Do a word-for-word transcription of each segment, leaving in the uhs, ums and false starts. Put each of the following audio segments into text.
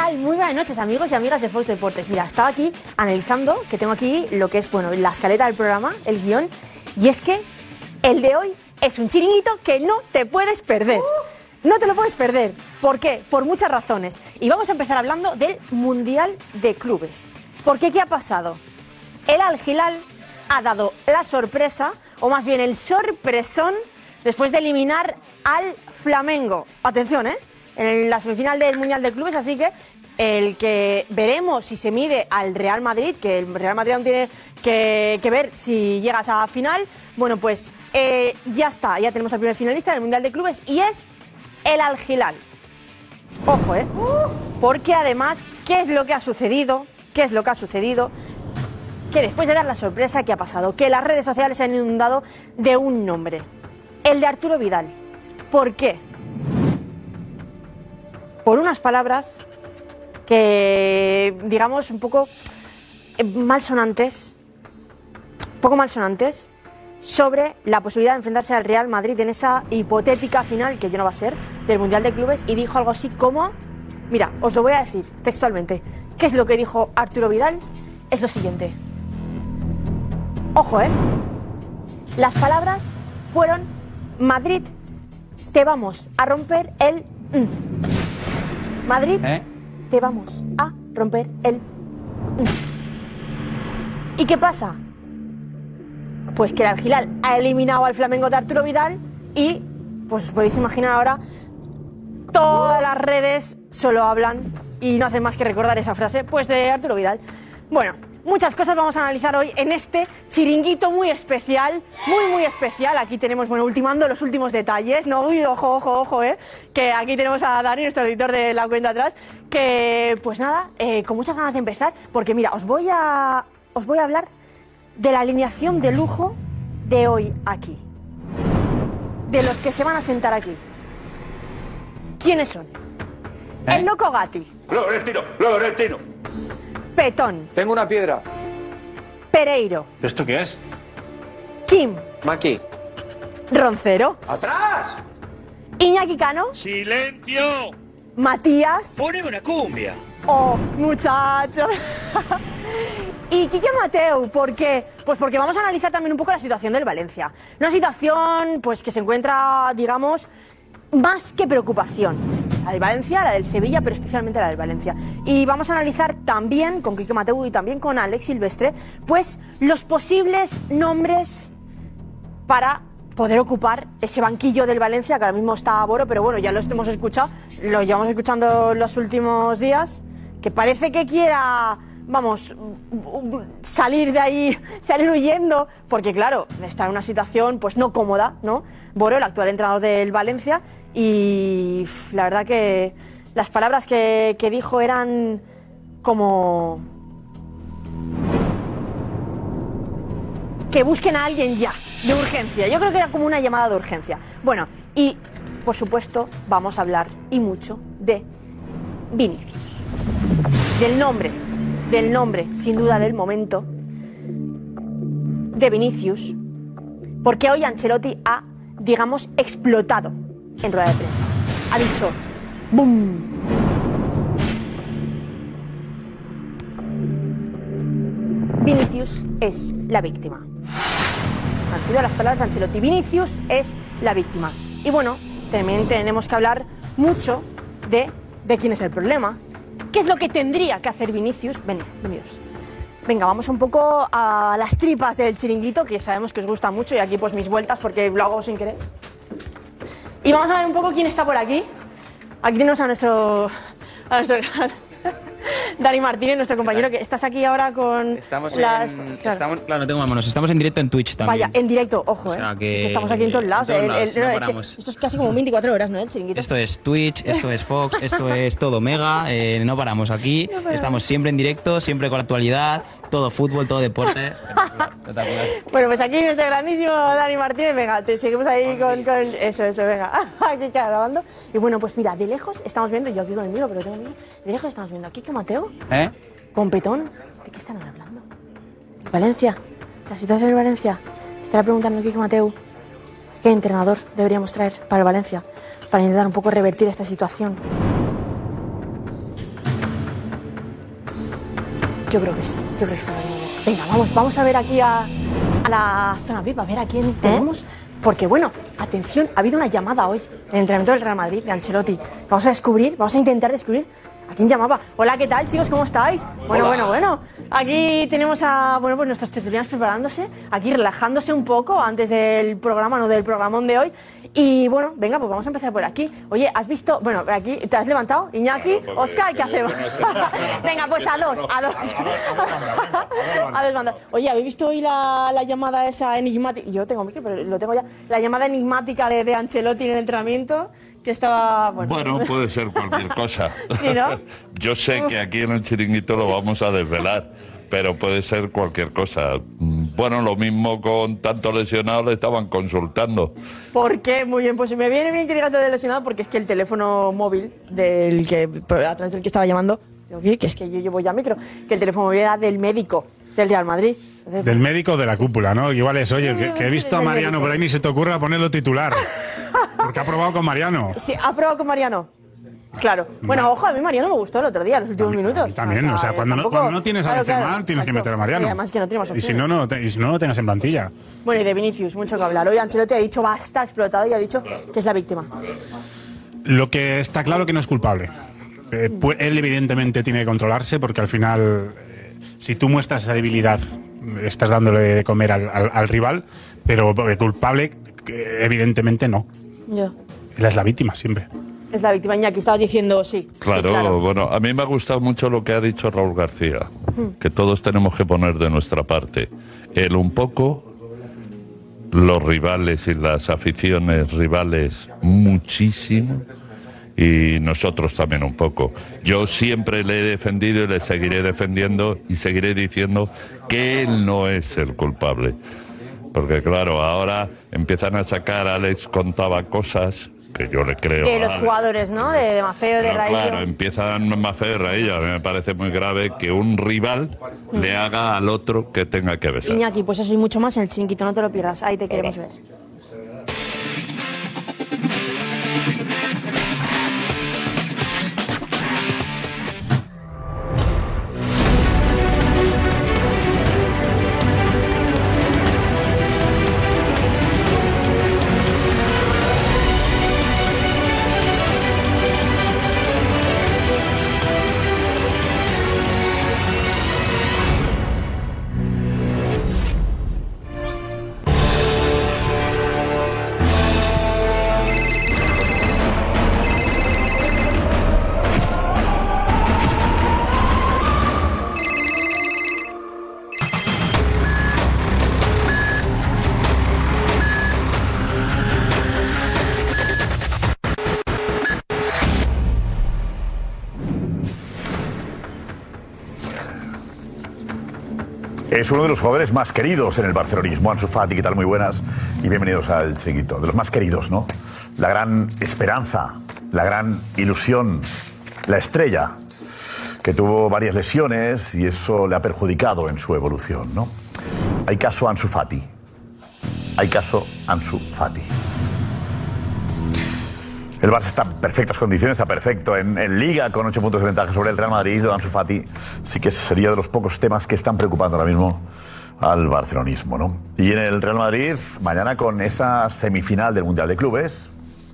tal? Muy buenas noches, amigos y amigas de Fox Deportes. Mira, estaba aquí analizando, que tengo aquí lo que es, bueno, la escaleta del programa, el guión, y es que el de hoy es un chiringuito que no te puedes perder. No te lo puedes perder. ¿Por qué? Por muchas razones. Y vamos a empezar hablando del Mundial de Clubes. ¿Por qué? ¿Qué ha pasado? El Al Hilal ha dado la sorpresa, o más bien el sorpresón, después de eliminar al Flamengo. Atención, ¿eh? En la semifinal del Mundial de Clubes, así que el que veremos si se mide al Real Madrid, que el Real Madrid aún tiene que, que ver si llega a esa final. Bueno, pues eh, ya está, ya tenemos al primer finalista del Mundial de Clubes y es el Al Hilal. Ojo, ¿eh? Porque además, ¿qué es lo que ha sucedido? ¿Qué es lo que ha sucedido? Que después de dar la sorpresa, ¿qué ha pasado? Que las redes sociales se han inundado de un nombre, el de Arturo Vidal. ¿Por qué? Por unas palabras que, digamos, un poco malsonantes, un poco malsonantes, sobre la posibilidad de enfrentarse al Real Madrid en esa hipotética final, que ya no va a ser, del Mundial de Clubes, y dijo algo así como, mira, os lo voy a decir textualmente, ¿qué es lo que dijo Arturo Vidal? Es lo siguiente. Ojo, ¿eh? Las palabras fueron, Madrid, te vamos a romper el... Madrid, ¿Eh? te vamos a romper el... ¿Y qué pasa? Pues que el Al Hilal ha eliminado al Flamengo de Arturo Vidal y, pues os podéis imaginar ahora, todas las redes solo hablan y no hacen más que recordar esa frase, pues de Arturo Vidal. Bueno, muchas cosas vamos a analizar hoy en este chiringuito muy especial, muy muy especial. Aquí tenemos, bueno, ultimando los últimos detalles, no, uy, ojo, ojo, ojo, eh, que aquí tenemos a Dani, nuestro editor de la cuenta atrás, que, pues nada, eh, con muchas ganas de empezar, porque mira, os voy a, os voy a hablar de la alineación de lujo de hoy aquí, de los que se van a sentar aquí. ¿Quiénes son? ¿Eh? El Loco Gatti. Florentino, Florentino. Petón. Tengo una piedra. Pereiro. ¿Esto qué es? Kim. Maki. Roncero. ¡Atrás! Iñaki Cano. ¡Silencio! Matías. ¡Poneme una cumbia! Oh, muchachos. Y Quique Mateu, ¿por qué? Pues porque vamos a analizar también un poco la situación del Valencia. Una situación, pues, que se encuentra, digamos, más que preocupación. La del Valencia, la del Sevilla, pero especialmente la del Valencia. Y vamos a analizar también, con Quique Mateu y también con Alex Silvestre, pues, los posibles nombres para poder ocupar ese banquillo del Valencia, que ahora mismo está a Boro, pero bueno, ya lo hemos escuchado, lo llevamos escuchando los últimos días, que parece que quiera, vamos, salir de ahí, salir huyendo, porque claro, está en una situación pues no cómoda, ¿no? Boro, el actual entrenador del Valencia, y la verdad que las palabras que, que dijo eran como que busquen a alguien ya, de urgencia. Yo creo que era como una llamada de urgencia. Bueno, y por supuesto vamos a hablar y mucho de Vinicius, del nombre, del nombre, sin duda del momento, de Vinicius, porque hoy Ancelotti ha, digamos, explotado en rueda de prensa. Ha dicho, ¡bum! Vinicius es la víctima. Han sido las palabras de Ancelotti. Vinicius es la víctima. Y bueno, también tenemos que hablar mucho de, de quién es el problema. ¿Qué es lo que tendría que hacer Vinicius? Ven, venidos. Venga, vamos un poco a las tripas del chiringuito, que sabemos que os gusta mucho, y aquí pues mis vueltas porque lo hago sin querer. Y vamos a ver un poco quién está por aquí. Aquí tenemos a nuestro... A nuestro Dani Martínez, nuestro compañero, que estás aquí ahora con estamos las... En, claro. estamos, claro, no tengo más manos. Estamos en directo en Twitch también. Vaya, en directo, ojo, o sea, eh. que Estamos aquí en todos lados. En todos el, lados el, no, no es paramos. que esto es casi como veinticuatro horas, ¿no? El chiringuito. Esto es Twitch, esto es Fox, esto es todo Mega. Eh, no paramos aquí. No paramos. Estamos siempre en directo, siempre con la actualidad. Todo fútbol, todo deporte. Espectacular. Bueno, pues aquí nuestro grandísimo Dani Martínez. Venga, te seguimos ahí con, con... Eso, eso, venga. Aquí queda grabando. Y bueno, pues mira, de lejos estamos viendo, yo aquí con el mío, pero tengo el mío. De lejos estamos viendo aquí que Mateo. ¿Eh? Con Petón. ¿De qué están hablando? Valencia. La situación del Valencia. Estará preguntando Quique Mateu qué entrenador deberíamos traer para el Valencia para intentar un poco revertir esta situación. Yo creo que sí, yo creo que está nervioso. Venga, vamos, vamos a ver aquí a, a la zona V I P, a ver a quién tenemos. Porque bueno, atención, ha habido una llamada hoy en el entrenamiento del Real Madrid, de Ancelotti. Vamos a descubrir, vamos a intentar descubrir a quién llamaba. Hola, ¿qué tal, chicos? ¿Cómo estáis? Bueno, Hola. bueno, bueno. Aquí tenemos a, bueno, pues nuestros tertulianos preparándose, aquí relajándose un poco antes del programa, no del programón de hoy. Y bueno, venga, pues vamos a empezar por aquí. Oye, ¿has visto? Bueno, aquí, ¿te has levantado? Iñaki, Claro, Oscar, que ¿qué hacemos? Venga, pues a dos, a dos. A dos bandas. Oye, ¿habéis visto hoy la, la llamada esa enigmática? Yo tengo micro, pero lo tengo ya. La llamada enigmática de, de Ancelotti en el entrenamiento, que estaba... Bueno, Bueno, puede ser cualquier cosa. Sí, ¿no? Yo sé que aquí en el chiringuito lo vamos a desvelar, pero puede ser cualquier cosa. Bueno, lo mismo con tanto lesionado le estaban consultando. ¿Por qué? Muy bien, pues me viene bien que digas lo de lesionado, porque es que el teléfono móvil del que, a través del que estaba llamando, que es que yo llevo ya micro, que el teléfono móvil era del médico del Real Madrid. Entonces, Del médico de la cúpula, ¿no? Igual es, oye, que, que he visto a Mariano por ahí, ni se te ocurra ponerlo titular. Porque ha probado con Mariano. Sí, ¿ha probado con Mariano? Claro. Bueno, ojo, a mí Mariano me gustó el otro día, los últimos A mí- minutos. a mí también, o sea, cuando, no, cuando no tienes a Claro, Benzema, claro, tienes que exacto. meter a Mariano. Y además que no tiene más y si opciones. no, no, te- y si no, lo tengas en plantilla. Bueno, y de Vinicius, mucho que hablar. Hoy Ancelotti ha dicho basta, ha explotado y ha dicho que es la víctima. Lo que está claro que no es culpable. Eh, pues él evidentemente tiene que controlarse porque al final, eh, si tú muestras esa debilidad, estás dándole de comer al, al- al rival, pero eh, culpable, eh, evidentemente no. Yo. Él es la víctima siempre. Es la víctima. Iñaki, estabas diciendo sí. Claro, Sí, claro. bueno, a mí me ha gustado mucho lo que ha dicho Raúl García, que todos tenemos que poner de nuestra parte. Él un poco, los rivales y las aficiones rivales muchísimo, y nosotros también un poco. Yo siempre le he defendido y le seguiré defendiendo y seguiré diciendo que él no es el culpable. Porque claro, ahora empiezan a sacar, Alex contaba cosas que yo le creo. Que a los Alex. jugadores, ¿no? De, de Mafeo, de Pero Raillo. claro, empiezan más feo de raíz. A mí me parece muy grave que un rival le haga al otro que tenga que besar. Iñaki, pues eso y mucho más en el chiringuito, no te lo pierdas. Ahí te queremos ver. Es uno de los jugadores más queridos en el barcelonismo. Ansu Fati, ¿qué tal? Muy buenas y bienvenidos al Chiringuito. De los más queridos, ¿no? La gran esperanza, la gran ilusión, la estrella, que tuvo varias lesiones y eso le ha perjudicado en su evolución, ¿no? Hay caso Ansu Fati. Hay caso Ansu Fati. El Barça está en perfectas condiciones, está perfecto en, en Liga, con ocho puntos de ventaja sobre el Real Madrid. Lo de Ansu Fati sí que sería de los pocos temas que están preocupando ahora mismo al barcelonismo, ¿no? Y en el Real Madrid, mañana con esa semifinal del Mundial de Clubes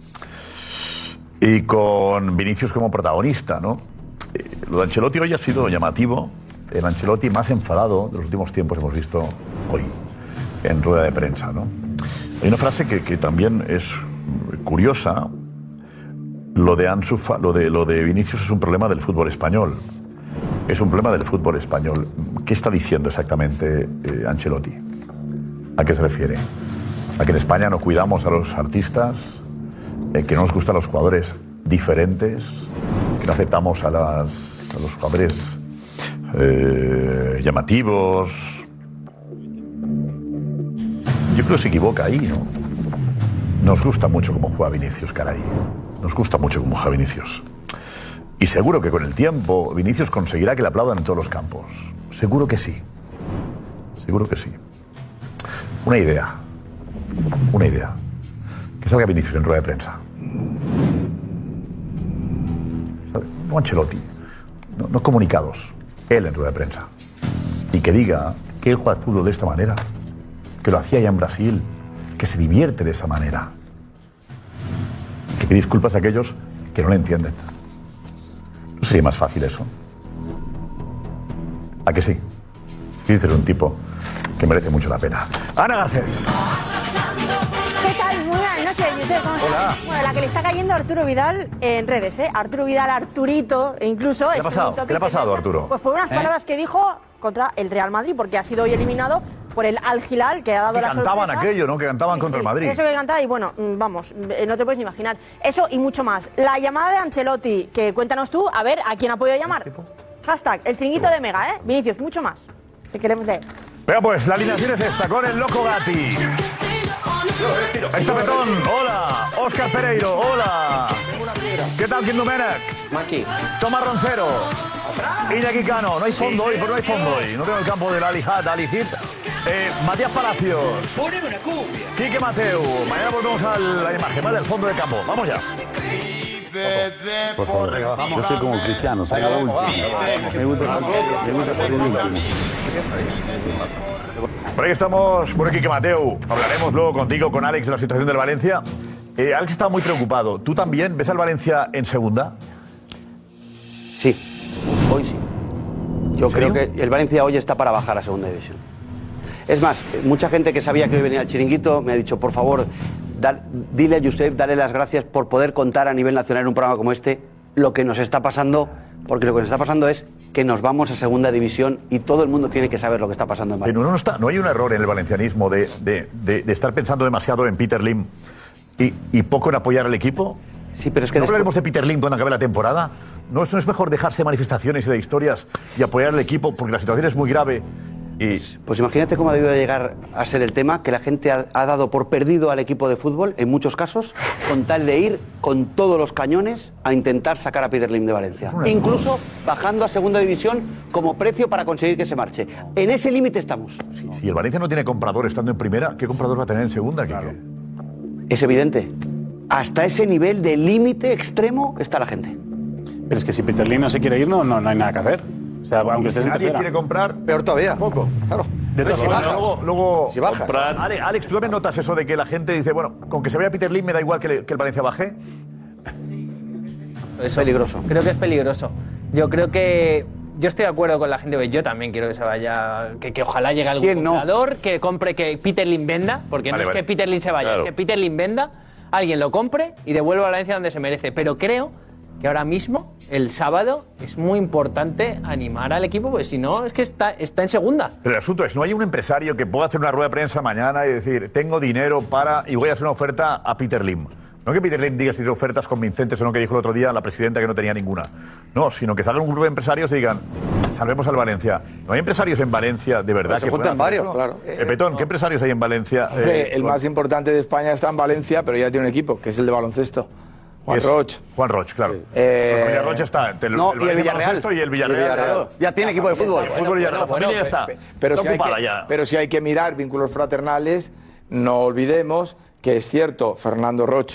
y con Vinicius como protagonista, ¿no? Eh, Lo de Ancelotti hoy ha sido llamativo. El Ancelotti más enfadado de los últimos tiempos hemos visto hoy, en rueda de prensa, ¿no? Hay una frase que, que también es curiosa. Lo de Ansu Fa- lo de, lo de Vinicius es un problema del fútbol español. Es un problema del fútbol español. ¿Qué está diciendo exactamente eh, Ancelotti? ¿A qué se refiere? ¿A que en España no cuidamos a los artistas? Eh, ¿Que no nos gustan los jugadores diferentes? ¿Que no aceptamos a, las, a los jugadores eh, llamativos? Yo creo que se equivoca ahí, ¿no? Nos gusta mucho cómo juega Vinicius, caray. Nos gusta mucho cómo juega Vinicius. Y seguro que con el tiempo Vinicius conseguirá que le aplaudan en todos los campos. Seguro que sí. Seguro que sí. Una idea. Una idea. Que salga Vinicius en rueda de prensa. ¿Sabe? No Ancelotti. No, no comunicados. Él en rueda de prensa. y que diga que él juega fútbol de esta manera, que lo hacía ya en Brasil, que se divierte de esa manera. Que pide disculpas a aquellos que no le entienden. ¿No sería más fácil eso? ¿A que sí? Sí, dices un tipo que merece mucho la pena. Ana Garcés. ¿Qué tal? Muy buenas noches, Josep. ¿Cómo estás? Hola. Bueno, la que le está cayendo a Arturo Vidal en redes, ¿eh? Arturo Vidal, Arturito, e incluso... ¿Qué le ha pasado? ¿Qué le ha pasado, Arturo? Pues por unas ¿Eh? palabras que dijo contra el Real Madrid, porque ha sido hoy eliminado por el Al Hilal, que ha dado Que la cantaban sorpresa. aquello, ¿no? Que cantaban Sí, contra sí, el Madrid. Eso que cantaba y bueno, mm, vamos, eh, no te puedes ni imaginar. Eso y mucho más. La llamada de Ancelotti, que cuéntanos tú, a ver, ¿a quién ha podido llamar? Hashtag, el chiringuito de Mega, ¿eh? Vinicius, mucho más. Te queremos leer. Venga, pues la alineación es esta, con el loco Gatti. Héctor Betón, hola. Óscar Pereiro, hola. ¿Qué tal, Kim Domenech? Maki. Tomás Roncero. Iñaki Cano. No hay fondo hoy, pues no hay fondo hoy. No tengo el campo del Al-Ittihad, Al-Ittihad. Eh, Matías Palacios. Poneme una cumbia. Quique Mateu. Mañana volvemos a la imagen, ¿vale? El fondo del campo. Vamos ya. Por favor, yo soy como Cristiano, soy lo último. Me gusta ser, me gusta ser el último. Por ahí estamos, por aquí Quique Mateu. Hablaremos luego contigo, con Alex, de la situación del Valencia. Eh, Alex está muy preocupado. ¿Tú también ves al Valencia en segunda? Sí, hoy sí. Yo creo que el Valencia hoy está para bajar a segunda división. Es más, mucha gente que sabía que hoy venía el chiringuito me ha dicho, por favor, dar, dile a Josep, dale las gracias por poder contar a nivel nacional en un programa como este lo que nos está pasando, porque lo que nos está pasando es que nos vamos a segunda división y todo el mundo tiene que saber lo que está pasando en Valencia. Pero no, está, no hay un error en el valencianismo de, de, de, de estar pensando demasiado en Peter Lim y, y poco en apoyar al equipo. Sí, pero es que ¿No después... hablaremos de Peter Lim cuando acabe la temporada? ¿No es, ¿No es mejor dejarse de manifestaciones y de historias y apoyar al equipo porque la situación es muy grave? Y... Pues imagínate cómo ha debido llegar a ser el tema, que la gente ha, ha dado por perdido al equipo de fútbol, en muchos casos, con tal de ir con todos los cañones a intentar sacar a Peter Lim de Valencia. Incluso bajando a segunda división como precio para conseguir que se marche. En ese límite estamos. Si, si el Valencia no tiene comprador estando en primera, ¿qué comprador va a tener en segunda? Claro. Es evidente. Hasta ese nivel de límite extremo está la gente. Pero es que si Peter Lim no se quiere ir, no, no, no hay nada que hacer. O sea, aunque si estés en nadie tercera. quiere comprar, peor todavía. Poco. Claro. De todas Si formas, bajas. luego, luego Si bajas. comprar. Ale- Alex, ¿tú también notas eso de que la gente dice, bueno, con que se vaya Peter Lim me da igual que, le- que el Valencia baje? Es peligroso. Creo que es peligroso. Yo creo que... Yo estoy de acuerdo con la gente, yo también quiero que se vaya, que, que ojalá llegue algún ¿Quién no? comprador que compre, que Peter Lim venda, porque Vale, no vale. es que Peter Lim se vaya, Claro. es que Peter Lim venda, alguien lo compre y devuelva a Valencia donde se merece. Pero creo que ahora mismo, el sábado, es muy importante animar al equipo, porque si no, es que está, está en segunda. Pero el asunto es, ¿no hay un empresario que pueda hacer una rueda de prensa mañana y decir, tengo dinero para y voy a hacer una oferta a Peter Lim? No que Peter Lim diga si tiene ofertas convincentes o no, que dijo el otro día la presidenta que no tenía ninguna. No, sino que salga un grupo de empresarios y digan, salvemos al Valencia. ¿No hay empresarios en Valencia de verdad Pues se que puedan juntan hacer varios, eso? claro. Eh, Petón, ¿qué empresarios hay en Valencia? Hombre, Eh, el con- más importante de España está en Valencia, pero ya tiene un equipo, que es el de baloncesto. Juan es Roch. Juan Roch, claro. Eh, Porque Villarroch está. entre el, No, y el Valencia Villarreal. Baloncesto Y el Villarreal. Y el Villarreal. claro. Ya tiene equipo de fútbol. El fútbol y la Bueno, familia ya bueno, está. pe- Pero está si, hay ocupada que, ya. pero si hay que mirar vínculos fraternales, no olvidemos que es cierto, Fernando Roch,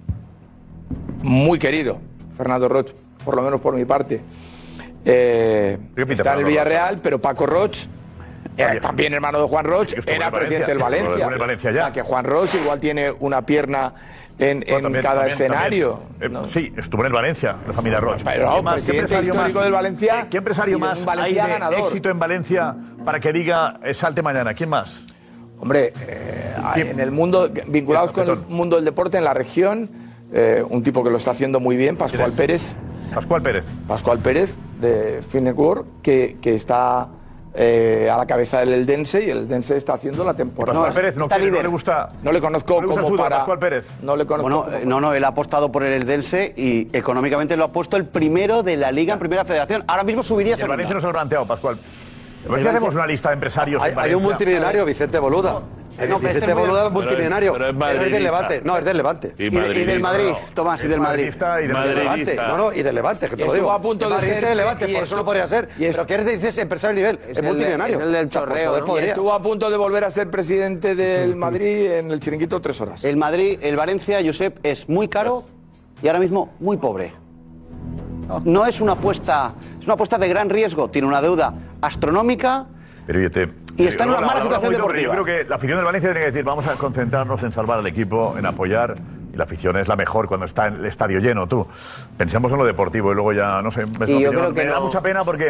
muy querido, Fernando Roch, por lo menos por mi parte, eh, ¿Qué pinta está en el Fernando Villarreal, pero Paco Roch, eh, también hermano de Juan Roch, que estuvo en era el presidente del Valencia, Valencia. estuvo en el Valencia ya. O sea, que Juan Roch igual tiene una pierna en, en Bueno, también- cada también- escenario. también. Eh, ¿no? Sí, estuvo en el Valencia, la familia Roch. Pero, ¿Qué más? ¿Qué presidente empresario histórico más- del Valencia eh, ¿Qué empresario y de más un Valencia hay de ganador. éxito en Valencia para que diga eh, salte mañana? ¿Quién más? Hombre, eh, hay ¿Quién? en el mundo, vinculados con el Petón. mundo del deporte en la región, eh, un tipo que lo está haciendo muy bien, Pascual ¿Quién es? Pérez. Pascual Pérez. Pascual Pérez, de Finneworld, que, que está eh, a la cabeza del Eldense y el Eldense está haciendo la temporada. Pascual Pérez no, está quiere, no líder. le gusta. No le conozco no le gusta el como fútbol, para... Pascual Pérez. No le conozco Bueno, como- eh, no, no, él ha apostado por el Eldense y económicamente lo ha puesto el primero de la Liga en Primera Federación. Ahora mismo subiría a Y el Valencia no segunda. se lo ha planteado, Pascual. A ver si hacemos una lista de empresarios Hay, en hay un Valencia. multimillonario, Vicente Boluda. Eh, no, pero este Vicente es muy- Boluda es pero es- multimillonario. pero es Pero es del madridista. Levante. No, es del Levante. Y Y, de- y del madridista, Madrid, no. Tomás, y Es del Madrid. madridista y del Madridista. Levante. No, no, y del Levante, que te Y lo estuvo digo. a punto de Madridista ser- y del Levante, y por estu- eso no podría ser. y es- Pero ¿qué dices empresario nivel? Es, el de- multimillonario. es el del O sea, por chorreo, poder ¿no? podría. Estuvo a punto de volver a ser presidente del Madrid en el Chiringuito tres horas. El Madrid, el Valencia, Josep, es muy caro y ahora mismo muy pobre. No es una apuesta, es una apuesta de gran riesgo. Tiene una deuda astronómica, Pero yo te, Y está en una Ahora, mala ahora, situación ahora, deportiva. Yo creo que la afición del Valencia tiene que decir, vamos a concentrarnos en salvar al equipo, en apoyar. Y la afición es la mejor cuando está en el estadio lleno, tú. Pensemos en lo deportivo y luego ya, no sé, me, Sí, yo creo que me da no. mucha pena porque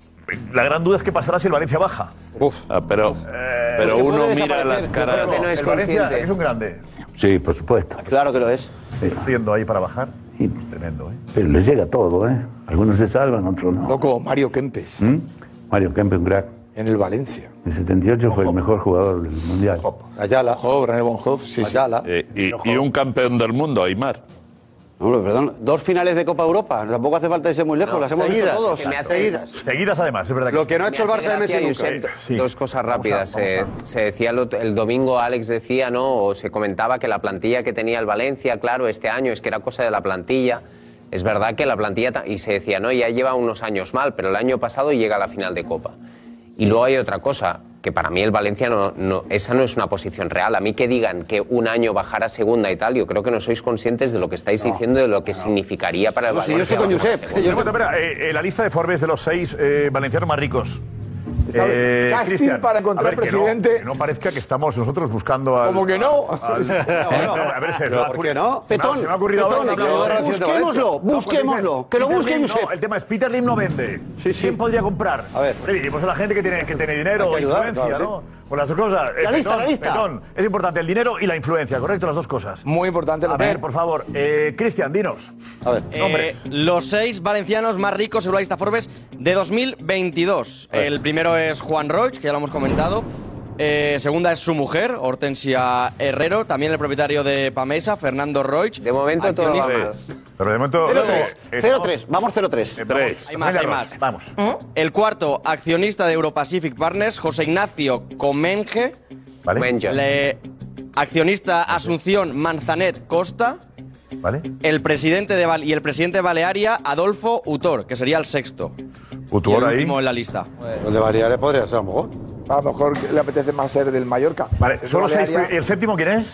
la gran duda es qué pasará si el Valencia baja. Uf. Ah, pero Eh, pero es que uno puede mira desaparecer. las caras. Yo creo que no es el Valencia consciente. es un grande. Sí, por supuesto. Claro que lo es. Sufriendo ahí para bajar. Tremendo, ¿eh? Pero les llega todo, ¿eh? Algunos se salvan, otros no. Loco, Mario Kempes, ¿Mm? Mario Kempes, un crack. en el Valencia. En setenta y ocho fue el mejor jugador del Mundial. Ayala. Ojo, René Bonhoff, sí, sí. Ayala. Eh, y, y un campeón del mundo, Aymar. No, perdón, dos finales de Copa Europa. Tampoco hace falta irse muy lejos, las hemos seguidas, visto todos. que me hace- Seguidas. Seguidas, además, es verdad que Lo que no ha hecho el Me Barça hace de Messi gracia, nunca. Josep, Sí. Dos cosas Vamos a- rápidas. vamos Se, a- se decía el, el domingo, Alex decía, ¿no? O se comentaba que la plantilla que tenía el Valencia, claro, este año es que era cosa de la plantilla. Es verdad que la plantilla, ta- y se decía, no, ya lleva unos años mal, pero el año pasado llega a la final de Copa. Y luego hay otra cosa, que para mí el Valencia, no, no, esa no es una posición real. A mí que digan que un año bajar a segunda y tal, yo creo que no sois conscientes de lo que estáis diciendo, de lo que significaría para el No, si Valencia. yo estoy con bajar a Josep. segunda. Yo me espera, eh, eh, la lista de Forbes de los seis eh, valencianos más ricos. Está bien. Casting Cristian, para encontrar a ver, que no- presidente. Que no, parezca que estamos nosotros buscando al. ¿Cómo que no? al- no, no, a ver, se, Pero me ha ¿por qué no? se me ha- Petón, se me ha ocurrido Petón, ahora. que lo haga Valencia de No, Busquémoslo, porque busquémoslo, dicen, que lo Peter busque Lim, Josep. no, el tema es Peter Lim no vende. Sí, sí. ¿Quién podría comprar? A ver. Pues a la gente que tiene, que tiene dinero Hay o que ayudar, influencia, claro, ¿no? Por las dos cosas. Eh, La lista, Petón, la lista. Petón, es importante el dinero y la influencia, ¿correcto? Las dos cosas. Muy importante lo A que- ver, por favor, eh, Cristian, dinos. A ver. Nombres. Eh, los seis valencianos más ricos según la lista Forbes de dos mil veintidós. El primero es Juan Roig, que ya lo hemos comentado. Eh, segunda es su mujer, Hortensia Herrero. También el propietario de Pamesa, Fernando Roig. De momento todo va accionista- mal. Pero de momento. cero tres, eh, cero tres, vamos cero tres. eh, Tres. vamos, Hay más, hay Roig, más. Vamos. El cuarto, accionista de Europacific Partners, José Ignacio Comenge. ¿Vale? Menja. Le- accionista Asunción Manzanet Costa. ¿Vale? El presidente de Val- y el presidente de Balearia, Adolfo Utor, que sería el sexto. Y Utuor el ahí. último en la lista. El de Baleares podría ser a lo mejor. A lo mejor le apetece más ser del Mallorca. Vale, Es solo de seis. Balearia. ¿Y el séptimo quién es?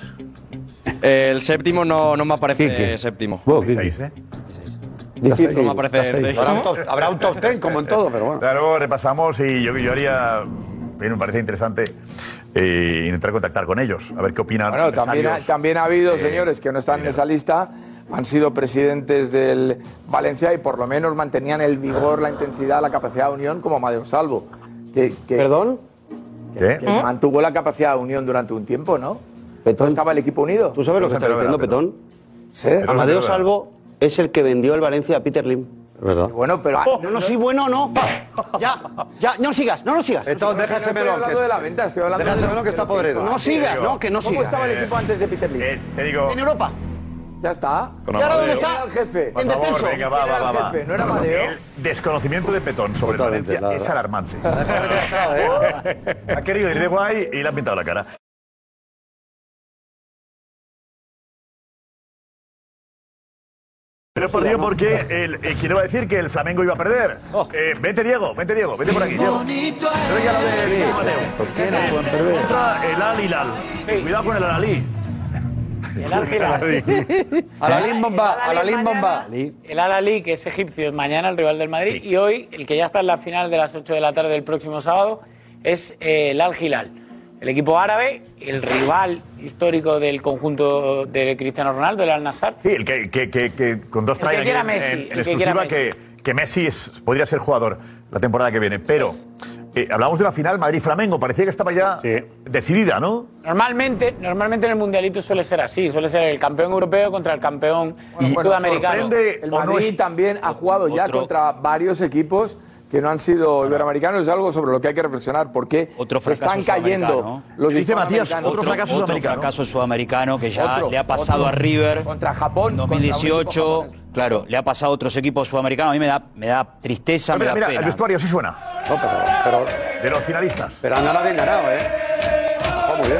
El séptimo no, no me aparece Quique. séptimo. Vos, Quique. Seis, ¿eh? Difícil. No me aparece el seis. Habrá un top, habrá un top ten como en todo, pero bueno. Luego repasamos y yo, yo haría. Bien, me parece interesante eh, intentar contactar con ellos, a ver qué opinan. Bueno, también ha, empresarios. también ha habido eh, señores que no están en dinero. esa lista, han sido presidentes del Valencia y por lo menos mantenían el vigor, la intensidad, la capacidad de unión como Amadeo Salvo. Que, que- ¿Perdón? que ¿Qué? mantuvo la capacidad de unión durante un tiempo, ¿no? Petón. ¿Estaba el equipo unido? ¿Tú sabes lo que No se está entera, diciendo Petón. Petón? Sí. Pero- Amadeo Petón. Salvo es el que vendió el Valencia a Peter Lim. Es verdad. Bueno, pero... No, no, sí, bueno, no. Ya, ya, no sigas, no lo sigas. Petón, deja no ese estoy melón. hablando que de la es- venta, estoy hablando Deja de ese melón que está podrido. No sigas, no, que no ¿Cómo sigas. estaba el equipo antes de Peter Lim? Eh, te digo. En Europa. Ya está. Con ¿Y ahora dónde Amadeo. está? ¿Quién era el jefe? Por En favor, descenso. venga, va, ¿Quién va, era va, el va. jefe? ¿No era Amadeo? El desconocimiento de Petón sobre el Totalmente, Valencia nada. es alarmante. Ha querido ir de guay y le han pintado la cara. Pero por Dios, porque el, el, ¿quién iba a decir que el Flamengo iba a perder? Eh, vente, Diego, vente, Diego, vente por aquí, Diego. Pero ya lo de Mateo. ¿Por qué no pueden perder? Contra el Al Hilal. Cuidado con el Al Alí. El Al Hilal. Alalín Bomba, Alalín Bomba. El Al Ahly, que es egipcio, es mañana el rival del Madrid. Y hoy, el que ya está en la final de las ocho de la tarde del próximo sábado, es eh, el Al Hilal. El equipo árabe, el rival histórico del conjunto de Cristiano Ronaldo, el Al Nassr. Sí, el que, que, que, que con dos El que traen quiera en, Messi, en- el en que quiera exclusiva Messi. que, que Messi es, podría ser jugador la temporada que viene. Pero eh, hablamos de una final Madrid-Flamengo, parecía que estaba ya Sí. decidida, ¿no? Normalmente, normalmente en el Mundialito suele ser así, suele ser el campeón europeo contra el campeón sudamericano. sorprende El o no Madrid es- también ha jugado ya Otro- contra varios equipos que no han sido iberoamericanos. Es algo sobre lo que hay que reflexionar. porque Otro fracaso están cayendo sudamericano. los Dice Matías, hispanoamericanos? otro fracaso otro sudamericano. fracaso sudamericano que ya Otro, le ha pasado otro. a River Contra Japón. en dos mil dieciocho. Claro, le ha pasado a otros equipos sudamericanos. A mí me da, me da tristeza, Pero mira, me da mira, el pena. vestuario sí suena. No, pero, pero, De los finalistas. pero han ganado bien ganado, ¿eh? Oh, muy bien.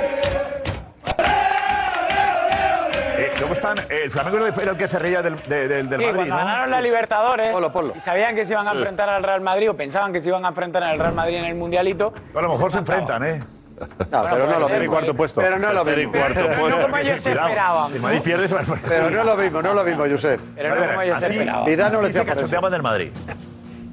Eh, luego están, eh, el Flamengo era el que se reía del, de- del, del Sí, Madrid, cuando ¿no? ganaron la Libertadores Ponlo, ponlo. y sabían que se iban a enfrentar al Real Madrid o pensaban que se iban a enfrentar al Real Madrid en el Mundialito. A lo mejor se enfrentan, ¿eh? No, pero no lo Tercer y mismo. cuarto puesto. Pero no lo Tercer y mismo. cuarto No puesto. como ellos se Cuidado, esperaban. si el Madrid pierde, se va a enfrentar. Pero no es lo mismo, no es lo mismo, Josep. Pero no como ellos se Así, esperaban. Vidal no le así se decía por eso. cachondeaban del Madrid.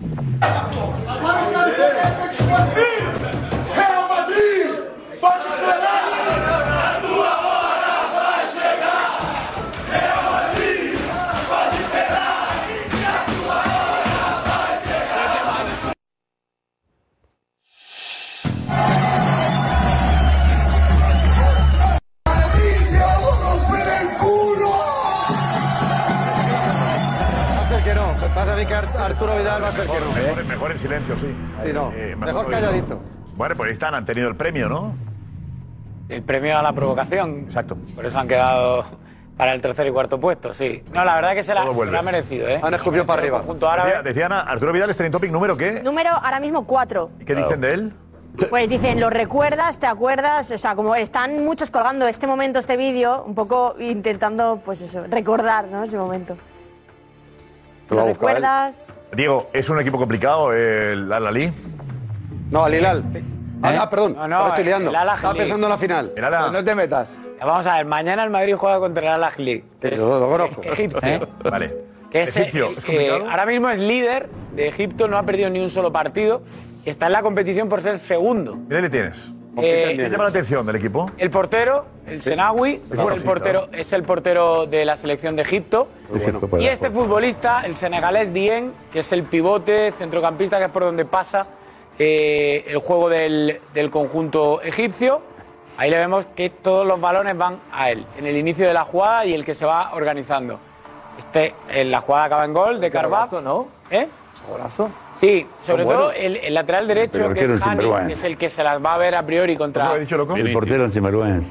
Arturo Vidal va a ser que no. Mejor, mejor en silencio, sí. Sí, no. Eh, mejor calladito. Bueno, pues ahí están, han tenido el premio, ¿no? El premio a la provocación. Exacto. Por eso han quedado para el tercer y cuarto puesto, sí. No, la verdad es que se la, se la ha merecido, ¿eh? Han escupido para arriba. Junto a Árabe. Decía, decía Ana, Arturo Vidal es trending topic número ¿qué? Número ahora mismo cuatro. ¿Y qué dicen de él? Pues dicen, ¿lo recuerdas? ¿Te acuerdas? O sea, como están muchos colgando este momento, este vídeo, un poco intentando, pues eso, recordar, ¿no? Ese momento. ¿Lo recuerdas? Diego, ¿es un equipo complicado el Al-Ahly? No, Al-Hilal. Ah, ah, perdón, No, no, ahora estoy liando. el Al-Ahly. Estaba pensando en la final. El Al-Ahly. No te metas. Vamos a ver, mañana el Madrid juega contra el Al-Ahly. que es Yo lo conozco. egipcio. ¿Eh? Vale. Que es, Egipcio, eh, ¿es eh, complicado? ahora mismo es líder de Egipto, no ha perdido ni un solo partido y está en la competición por ser segundo. ¿Qué le tienes? Eh, ¿Qué llama la atención del equipo? El portero, el Senawi, es, bueno, el sí, portero, es el portero de la selección de Egipto. Bueno. Y este futbolista, el senegalés Dieng, que es el pivote, centrocampista, que es por donde pasa eh, el juego del, del conjunto egipcio. Ahí le vemos que todos los balones van a él, en el inicio de la jugada y el que se va organizando. Este, en la jugada acaba en gol de Carvajal. Golazo, ¿no? ¿Eh? Golazo. Sí, sobre Son todo buenos. el, el lateral derecho, Pero que arquero es sin Hani, vergüenza. que es el que se las va a ver a priori contra... ¿Cómo lo ha dicho, loco? El portero sinvergüenza.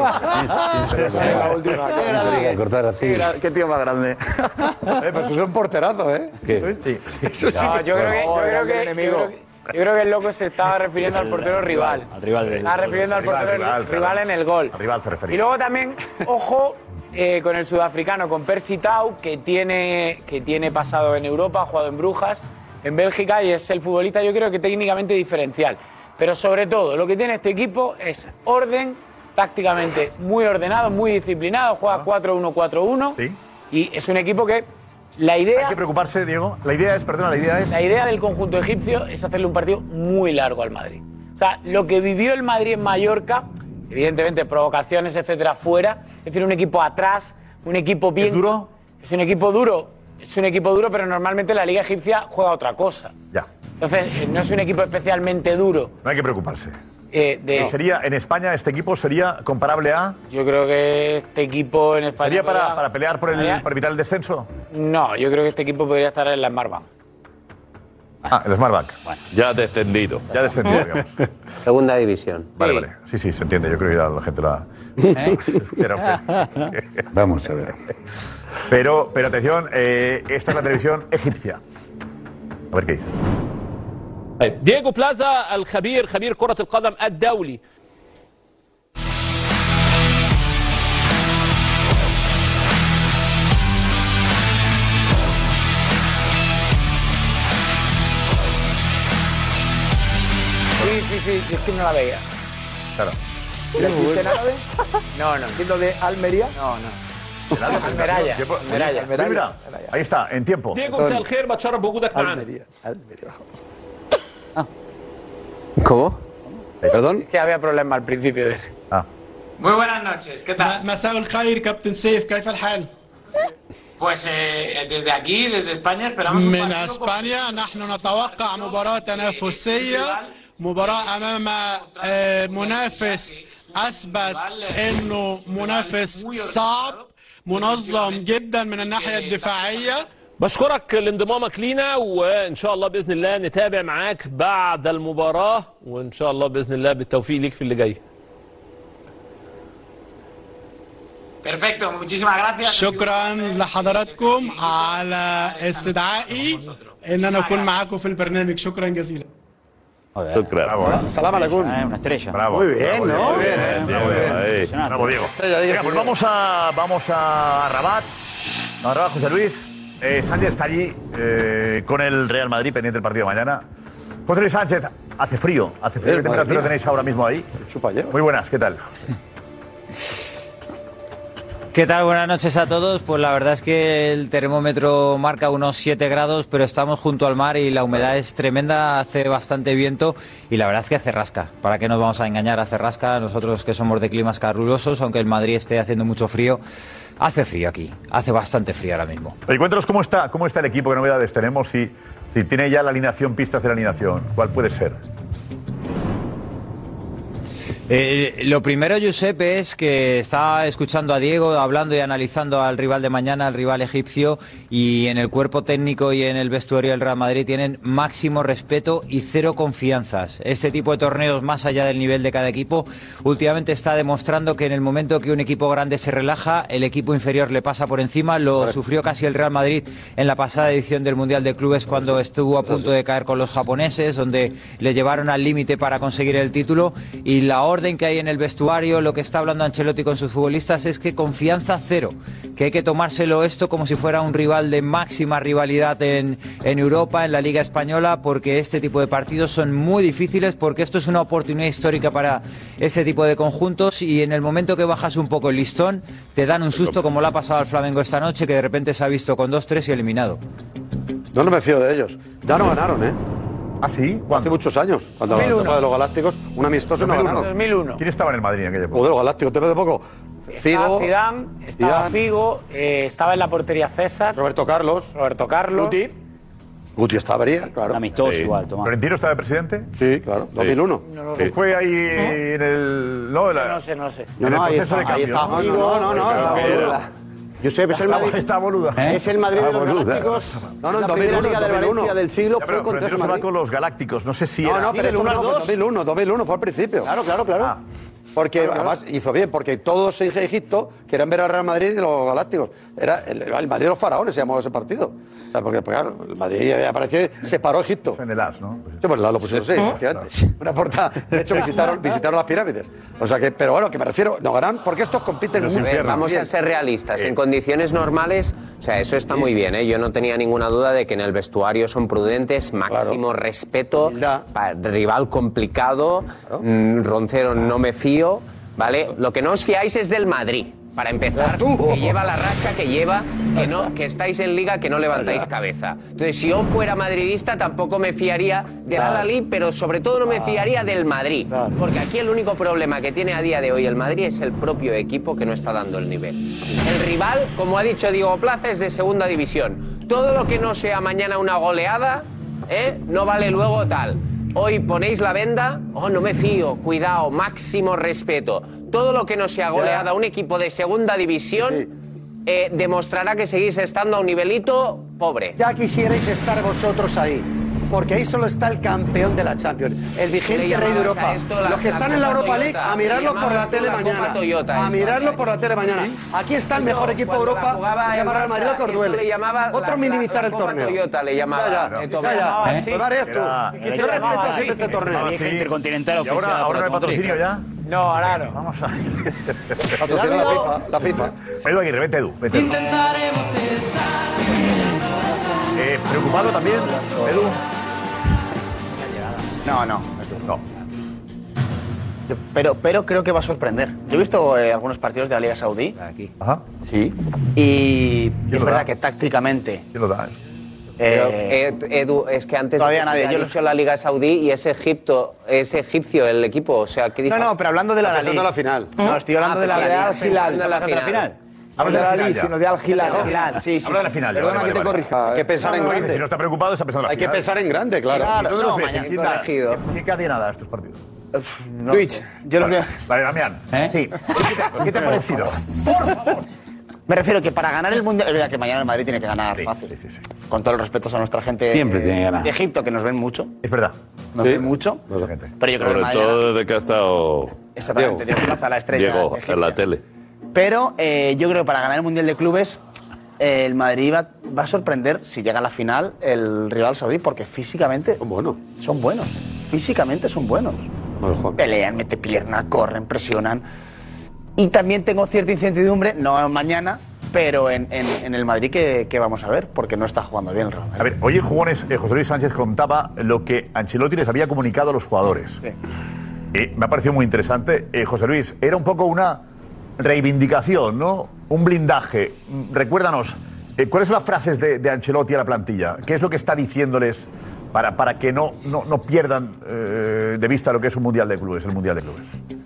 La última. Tiene que cortar así. Qué tío más grande. eh, pues eso es un porterazo, ¿eh? ¿Qué? Sí. No, yo creo que, yo Bueno, creo que, el yo enemigo. creo que- yo creo que el loco se estaba refiriendo al portero rival. Al rival del- Estaba refiriendo al Rival, portero rival, rival, claro. en el gol. Al rival se refería. Y luego también, ojo, eh, con el sudafricano, con Percy Tau, que tiene, que tiene pasado en Europa, ha jugado en Brujas, en Bélgica, y es el futbolista, yo creo que técnicamente diferencial. Pero sobre todo, lo que tiene este equipo es orden, tácticamente muy ordenado, muy disciplinado, juega cuatro uno cuatro uno. Sí. Y es un equipo que la idea... Hay que preocuparse, Diego. La idea es, perdona, la idea es... La idea del conjunto egipcio es hacerle un partido muy largo al Madrid. O sea, lo que vivió el Madrid en Mallorca, evidentemente provocaciones, etcétera, fuera, es decir, un equipo atrás, un equipo bien... ¿Es duro? Es un equipo duro, es un equipo duro, pero normalmente la Liga Egipcia juega otra cosa. Ya. Entonces, eh, no es un equipo especialmente duro. No hay que preocuparse. eh, de, Sería, en España, este equipo sería comparable a... Yo creo que este equipo en España... ¿Sería para, podría- para pelear por, el, podría- para evitar el descenso? No, yo creo que este equipo podría estar en la Smartbank. Ah, el Smartbank. Ya descendido. Ya descendido, digamos. Segunda división. Vale, vale. Sí, sí, se entiende. Yo creo que ya la gente la... Pero, Vamos a ver. pero, pero atención, eh, esta es la televisión egipcia. A ver qué dice. دييغو بلازا الخبير خبير كرة القدم الدولي Sí, sí, sí, yo es que no la veía. Claro. ¿Existe en árabe? No, no. ¿Siendo de Almería? No, no. Almeraya. Almeraya. Mira, mira, ahí está, en tiempo. دييغو مساء الخير بتشرف بوجودك معانا Almería. Almería. ¿Cómo? ¿Perdón? Es que había problema al principio de... Ah. Muy buenas noches, ¿qué tal? مساء الخير كابتن سيف كيف الحال؟ Pues eh, desde aquí, desde España, esperamos un من partido اسبانيا نحن نتوقع مباراة تنافسية مباراة امام آه، منافس اثبت انه منافس صعب منظم جدا من الناحية الدفاعية. بشكرك لانضمامك لينا وان شاء الله باذن الله نتابع معاك بعد المباراة وان شاء الله باذن الله بالتوفيق ليك في اللي جاي. Perfecto, muchísimas gracias. شكرا لحضراتكم على استدعائي ان انا اكون معاكم في البرنامج. شكرا جزيلا. Bravo, ¿eh? Salam aleikum. Eh, una estrella. Bravo. Muy bien, bravo, ¿no? Diego. Muy bien, Bien, muy bien, bien. ahí. Impresionante. Bravo, Diego. Estrella, diga Venga, pues que- vamos a, vamos a Rabat. A Rabat, José Luis. Eh, Sánchez está allí eh, con el Real Madrid, pendiente del partido de mañana. José Luis Sánchez, hace frío. Hace frío. ¿Qué madre temperatura mía. tenéis ahora mismo ahí? Chupa lleva. Muy buenas, ¿qué tal? ¿Qué tal? Buenas noches a todos. Pues la verdad es que el termómetro marca unos siete grados, pero estamos junto al mar y la humedad es tremenda, hace bastante viento y la verdad es que hace rasca. ¿Para qué nos vamos a engañar? Hace rasca. Nosotros que somos de climas calurosos, aunque en Madrid esté haciendo mucho frío, hace frío aquí. Hace bastante frío ahora mismo. Oye, cuéntanos cómo está, cómo está el equipo, qué novedades tenemos, si, si tiene ya la alineación, pistas de la alineación. ¿Cuál puede ser? Eh, lo primero, Josep, es que estaba escuchando a Diego hablando y analizando al rival de mañana, al rival egipcio, y en el cuerpo técnico y en el vestuario del Real Madrid tienen máximo respeto y cero confianzas. Este tipo de torneos, más allá del nivel de cada equipo, últimamente está demostrando que en el momento que un equipo grande se relaja, el equipo inferior le pasa por encima. Lo Correcto. Sufrió casi el Real Madrid en la pasada edición del Mundial de Clubes, cuando estuvo a punto de caer con los japoneses, donde le llevaron al límite para conseguir el título, y la orden que hay en el vestuario, lo que está hablando Ancelotti con sus futbolistas es que confianza cero, que hay que tomárselo esto como si fuera un rival de máxima rivalidad en, en Europa, en la Liga Española, porque este tipo de partidos son muy difíciles, porque esto es una oportunidad histórica para este tipo de conjuntos, y en el momento que bajas un poco el listón te dan un susto, como le ha pasado al Flamengo esta noche, que de repente se ha visto con dos tres y eliminado. No, no me fío de ellos. Ya no ganaron, ¿eh? ¿Ah, sí? Hace muchos años, cuando la Copa de los Galácticos, un amistoso no ganaron. dos mil uno. ¿Quién estaba en el Madrid en aquella época? O de los Galácticos, te veo de poco. Estaba Zidane, estaba Zidane. Figo, eh, estaba en la portería César. Roberto Carlos. Roberto Carlos. Guti. Guti estaría, claro. Amistoso Sí. igual, Tomás. ¿Florentino estaba de presidente? Sí, claro. dos mil uno. No lo Que sé. fue ahí en el... No, de la- No sé, no sé. No, en el no, ahí proceso está, de ahí cambio. está ¿no? Figo, no, no, no, Pues, no, pero- no. Josep, es el Está- Madrid. Está boluda. Es el Madrid de Está los boluda. Galácticos. No, no, la en primera dos mil uno, liga del dos mil uno. Valencia del siglo Ya, fue pero contra ese Florentino se va Madrid. con los Galácticos. No sé si No, era... no, pero del esto uno al fue dos. dos mil uno, dos mil uno fue al principio. Claro, claro, claro. Ah. Porque además hizo bien, porque todos en Egipto querían ver al Real Madrid y los Galácticos. Era el, el Madrid de los faraones, se llamaba ese partido. O sea, porque, pues, claro, el Madrid apareció y separó Egipto. En el As, ¿no? Sí, pues lo pusieron así, efectivamente. Una portada. De hecho, visitaron, visitaron las pirámides. O sea que, pero bueno, que me refiero, no ganan porque estos compiten A mucho. ver, vamos a ser realistas. En condiciones normales, o sea, eso está muy bien, ¿eh? Yo no tenía ninguna duda de que en el vestuario son prudentes, máximo respeto, pa- rival complicado, mm, Roncero no me fío, ¿vale? Lo que no os fiáis es del Madrid. Para empezar, que lleva la racha que lleva, que no, que estáis en liga, que no levantáis cabeza. Entonces, si yo fuera madridista, tampoco me fiaría del Claro. Al-Ahly, pero sobre todo no me fiaría del Madrid. Porque aquí el único problema que tiene a día de hoy el Madrid es el propio equipo que no está dando el nivel. El rival, como ha dicho Diego Plaza, es de segunda división. Todo lo que no sea mañana una goleada, ¿eh? No vale luego tal. Hoy ponéis la venda, oh, no me fío, cuidado, máximo respeto. Todo lo que no sea goleada a un equipo de segunda división eh, demostrará que seguís estando a un nivelito pobre. Ya quisierais estar vosotros ahí, porque ahí solo está el campeón de la Champions, el Le vigente llamabas rey de a Europa. esto la- Los que la están en la Copa Europa League, Toyota. a mirarlo Le por la llamabas tú tele la Copa mañana. Toyota, A esto, mirarlo por la tele mañana. Aquí está el mejor equipo de Cuando la Europa, jugaba se llama el Real Madrid, Barça, lo que os esto duele. le llamaba Otro la- minimizar la el Copa torneo. Toyota le llamaba, Ya, ya, eh, ya, Tomás. ya. ¿Eh? Tomás, eres tú. Era- Yo respeto llamaba siempre este así. torneo. Sí. Intercontinental ¿Y oficial. ahora, ahora no hay por la patrocinio ya? No, ahora no. Vamos a... Patrocina la FIFA, la FIFA. Edu Aguirre, vete Edu. Vete, Edu. Eh, ¿Preocupado también, Edu? No, no. No. Yo- Pero, pero creo que va a sorprender. Yo he visto eh, algunos partidos de la Liga Saudí. Ajá. Sí. Y ¿Quién es lo verdad da? que tácticamente. ¿Quién lo da? Pero, eh, eh, Edu, es que antes todavía de nadie, ha yo dicho la Liga Saudí y es Egipto, es egipcio el equipo, o sea, ¿qué dice? no, no, pero hablando de la Está Al-Ahly. pensando en la final. No, estoy hablando Ah, de la pero de ya Al estás Hilal. pensando en la ¿Estás hablando de final. Habla de la final ya. sino de Al Hilal. Al Hilal, sí, sí. Habla de la final ya. Perdona vale, que te vale, vale. corrija. Hay que pensar en Porque grande. si no está preocupado, está pensando en la Hay que final. pensar en grande, claro. Claro. ¿Y tú No, no, mañana ¿Quién da- corregido. ¿Qué cadena da estos partidos? No Twitch. sé. Yo los Vale, veo. vale, Damián. Sí. ¿Qué te, qué te ha parecido? Por favor. Me refiero que para ganar el Mundial... Es verdad que mañana el Madrid tiene que ganar Sí, fácil. sí, sí, sí. Con todo el respeto a nuestra gente Siempre eh, tiene que ganar. de Egipto, que nos ven mucho. Es verdad. Nos ven mucho. Mucha gente. Pero yo creo que el Sobre Madrid gana. todo desde que ha estado Exactamente, Diego Plaza, la estrella Diego egipcia. en la tele. Pero eh, yo creo que para ganar el Mundial de Clubes, eh, el Madrid va, va a sorprender si llega a la final el rival saudí, porque físicamente Son buenos. son buenos. Físicamente son buenos. Bueno, Juan. Pelean, mete pierna, corren, presionan. Y también tengo cierta incertidumbre, no mañana, pero en, en- en el Madrid que, que vamos a ver, porque no está jugando bien el Real Madrid. A ver, hoy en Jugones, eh, José Luis Sánchez contaba lo que Ancelotti les había comunicado a los jugadores. Sí. Eh, me ha parecido muy interesante. Eh, José Luis, era un poco una reivindicación, ¿no? Un blindaje. Recuérdanos, eh, ¿cuáles son las frases de, de Ancelotti a la plantilla? ¿Qué es lo que está diciéndoles para, para que no, no, no pierdan eh, de vista lo que es un Mundial de Clubes, el Mundial de Clubes?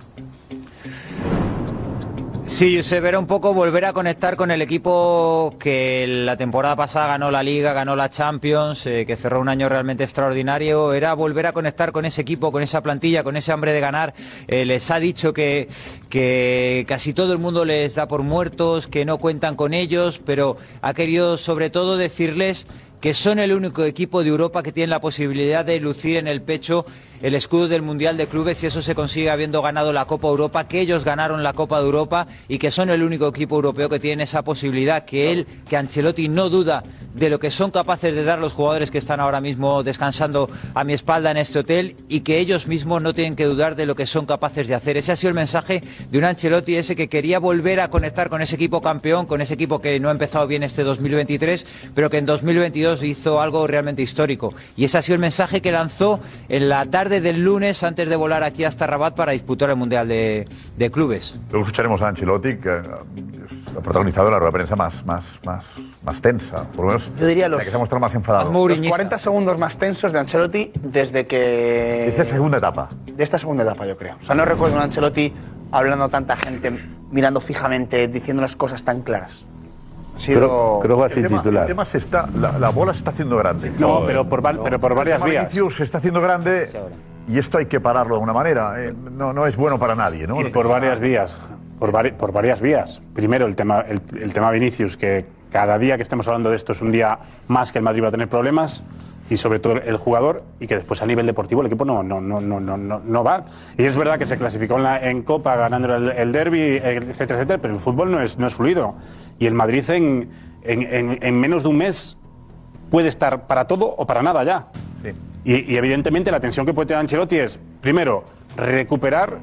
Sí, Josep, era un poco volver a conectar con el equipo que la temporada pasada ganó la Liga, ganó la Champions, eh, que cerró un año realmente extraordinario. Era volver a conectar con ese equipo, con esa plantilla, con ese hambre de ganar. Eh, les ha dicho que, que casi todo el mundo les da por muertos, que no cuentan con ellos, pero ha querido sobre todo decirles que son el único equipo de Europa que tiene la posibilidad de lucir en el pecho el escudo del Mundial de Clubes, y eso se consigue habiendo ganado la Copa Europa, que ellos ganaron la Copa de Europa y que son el único equipo europeo que tiene esa posibilidad, que él, que Ancelotti no duda de lo que son capaces de dar los jugadores que están ahora mismo descansando a mi espalda en este hotel, y que ellos mismos no tienen que dudar de lo que son capaces de hacer. Ese ha sido el mensaje de un Ancelotti, ese que quería volver a conectar con ese equipo campeón, con ese equipo que no ha empezado bien este dos mil veintitrés, pero que en dos mil veintidós hizo algo realmente histórico. Y ese ha sido el mensaje que lanzó en la tarde del lunes antes de volar aquí hasta Rabat para disputar el Mundial de, de Clubes. Luego escucharemos a Ancelotti, que ha protagonizado la rueda de prensa más, más, más, más tensa, por lo menos. Yo diría los, la que se ha mostrado más enfadado. los cuarenta segundos más tensos de Ancelotti desde que... De esta segunda etapa. De esta segunda etapa, yo creo. O sea, no recuerdo un Ancelotti hablando a tanta gente, mirando fijamente, diciendo las cosas tan claras. Ha sido... Creo, creo que va a ser el tema, titular. El tema se está, la, la bola se está haciendo grande. No, pero por, val- pero por varias el tema vías. Vinicius se está haciendo grande y esto hay que pararlo de alguna manera. Eh, no, no es bueno para nadie, ¿no? Y por varias vías. Por, vari- por varias vías. Primero, el tema, el, el tema Vinicius, que cada día que estemos hablando de esto es un día más que el Madrid va a tener problemas, y sobre todo el jugador, y que después a nivel deportivo el equipo no, no, no, no, no, no, no va. Y es verdad que se clasificó en, la, en Copa ganando el, el derbi, etcétera, etcétera, pero el fútbol no es, no es fluido. Y el Madrid en, en, en, en menos de un mes puede estar para todo o para nada ya. Sí. Y, y evidentemente la tensión que puede tener Ancelotti es, primero, recuperar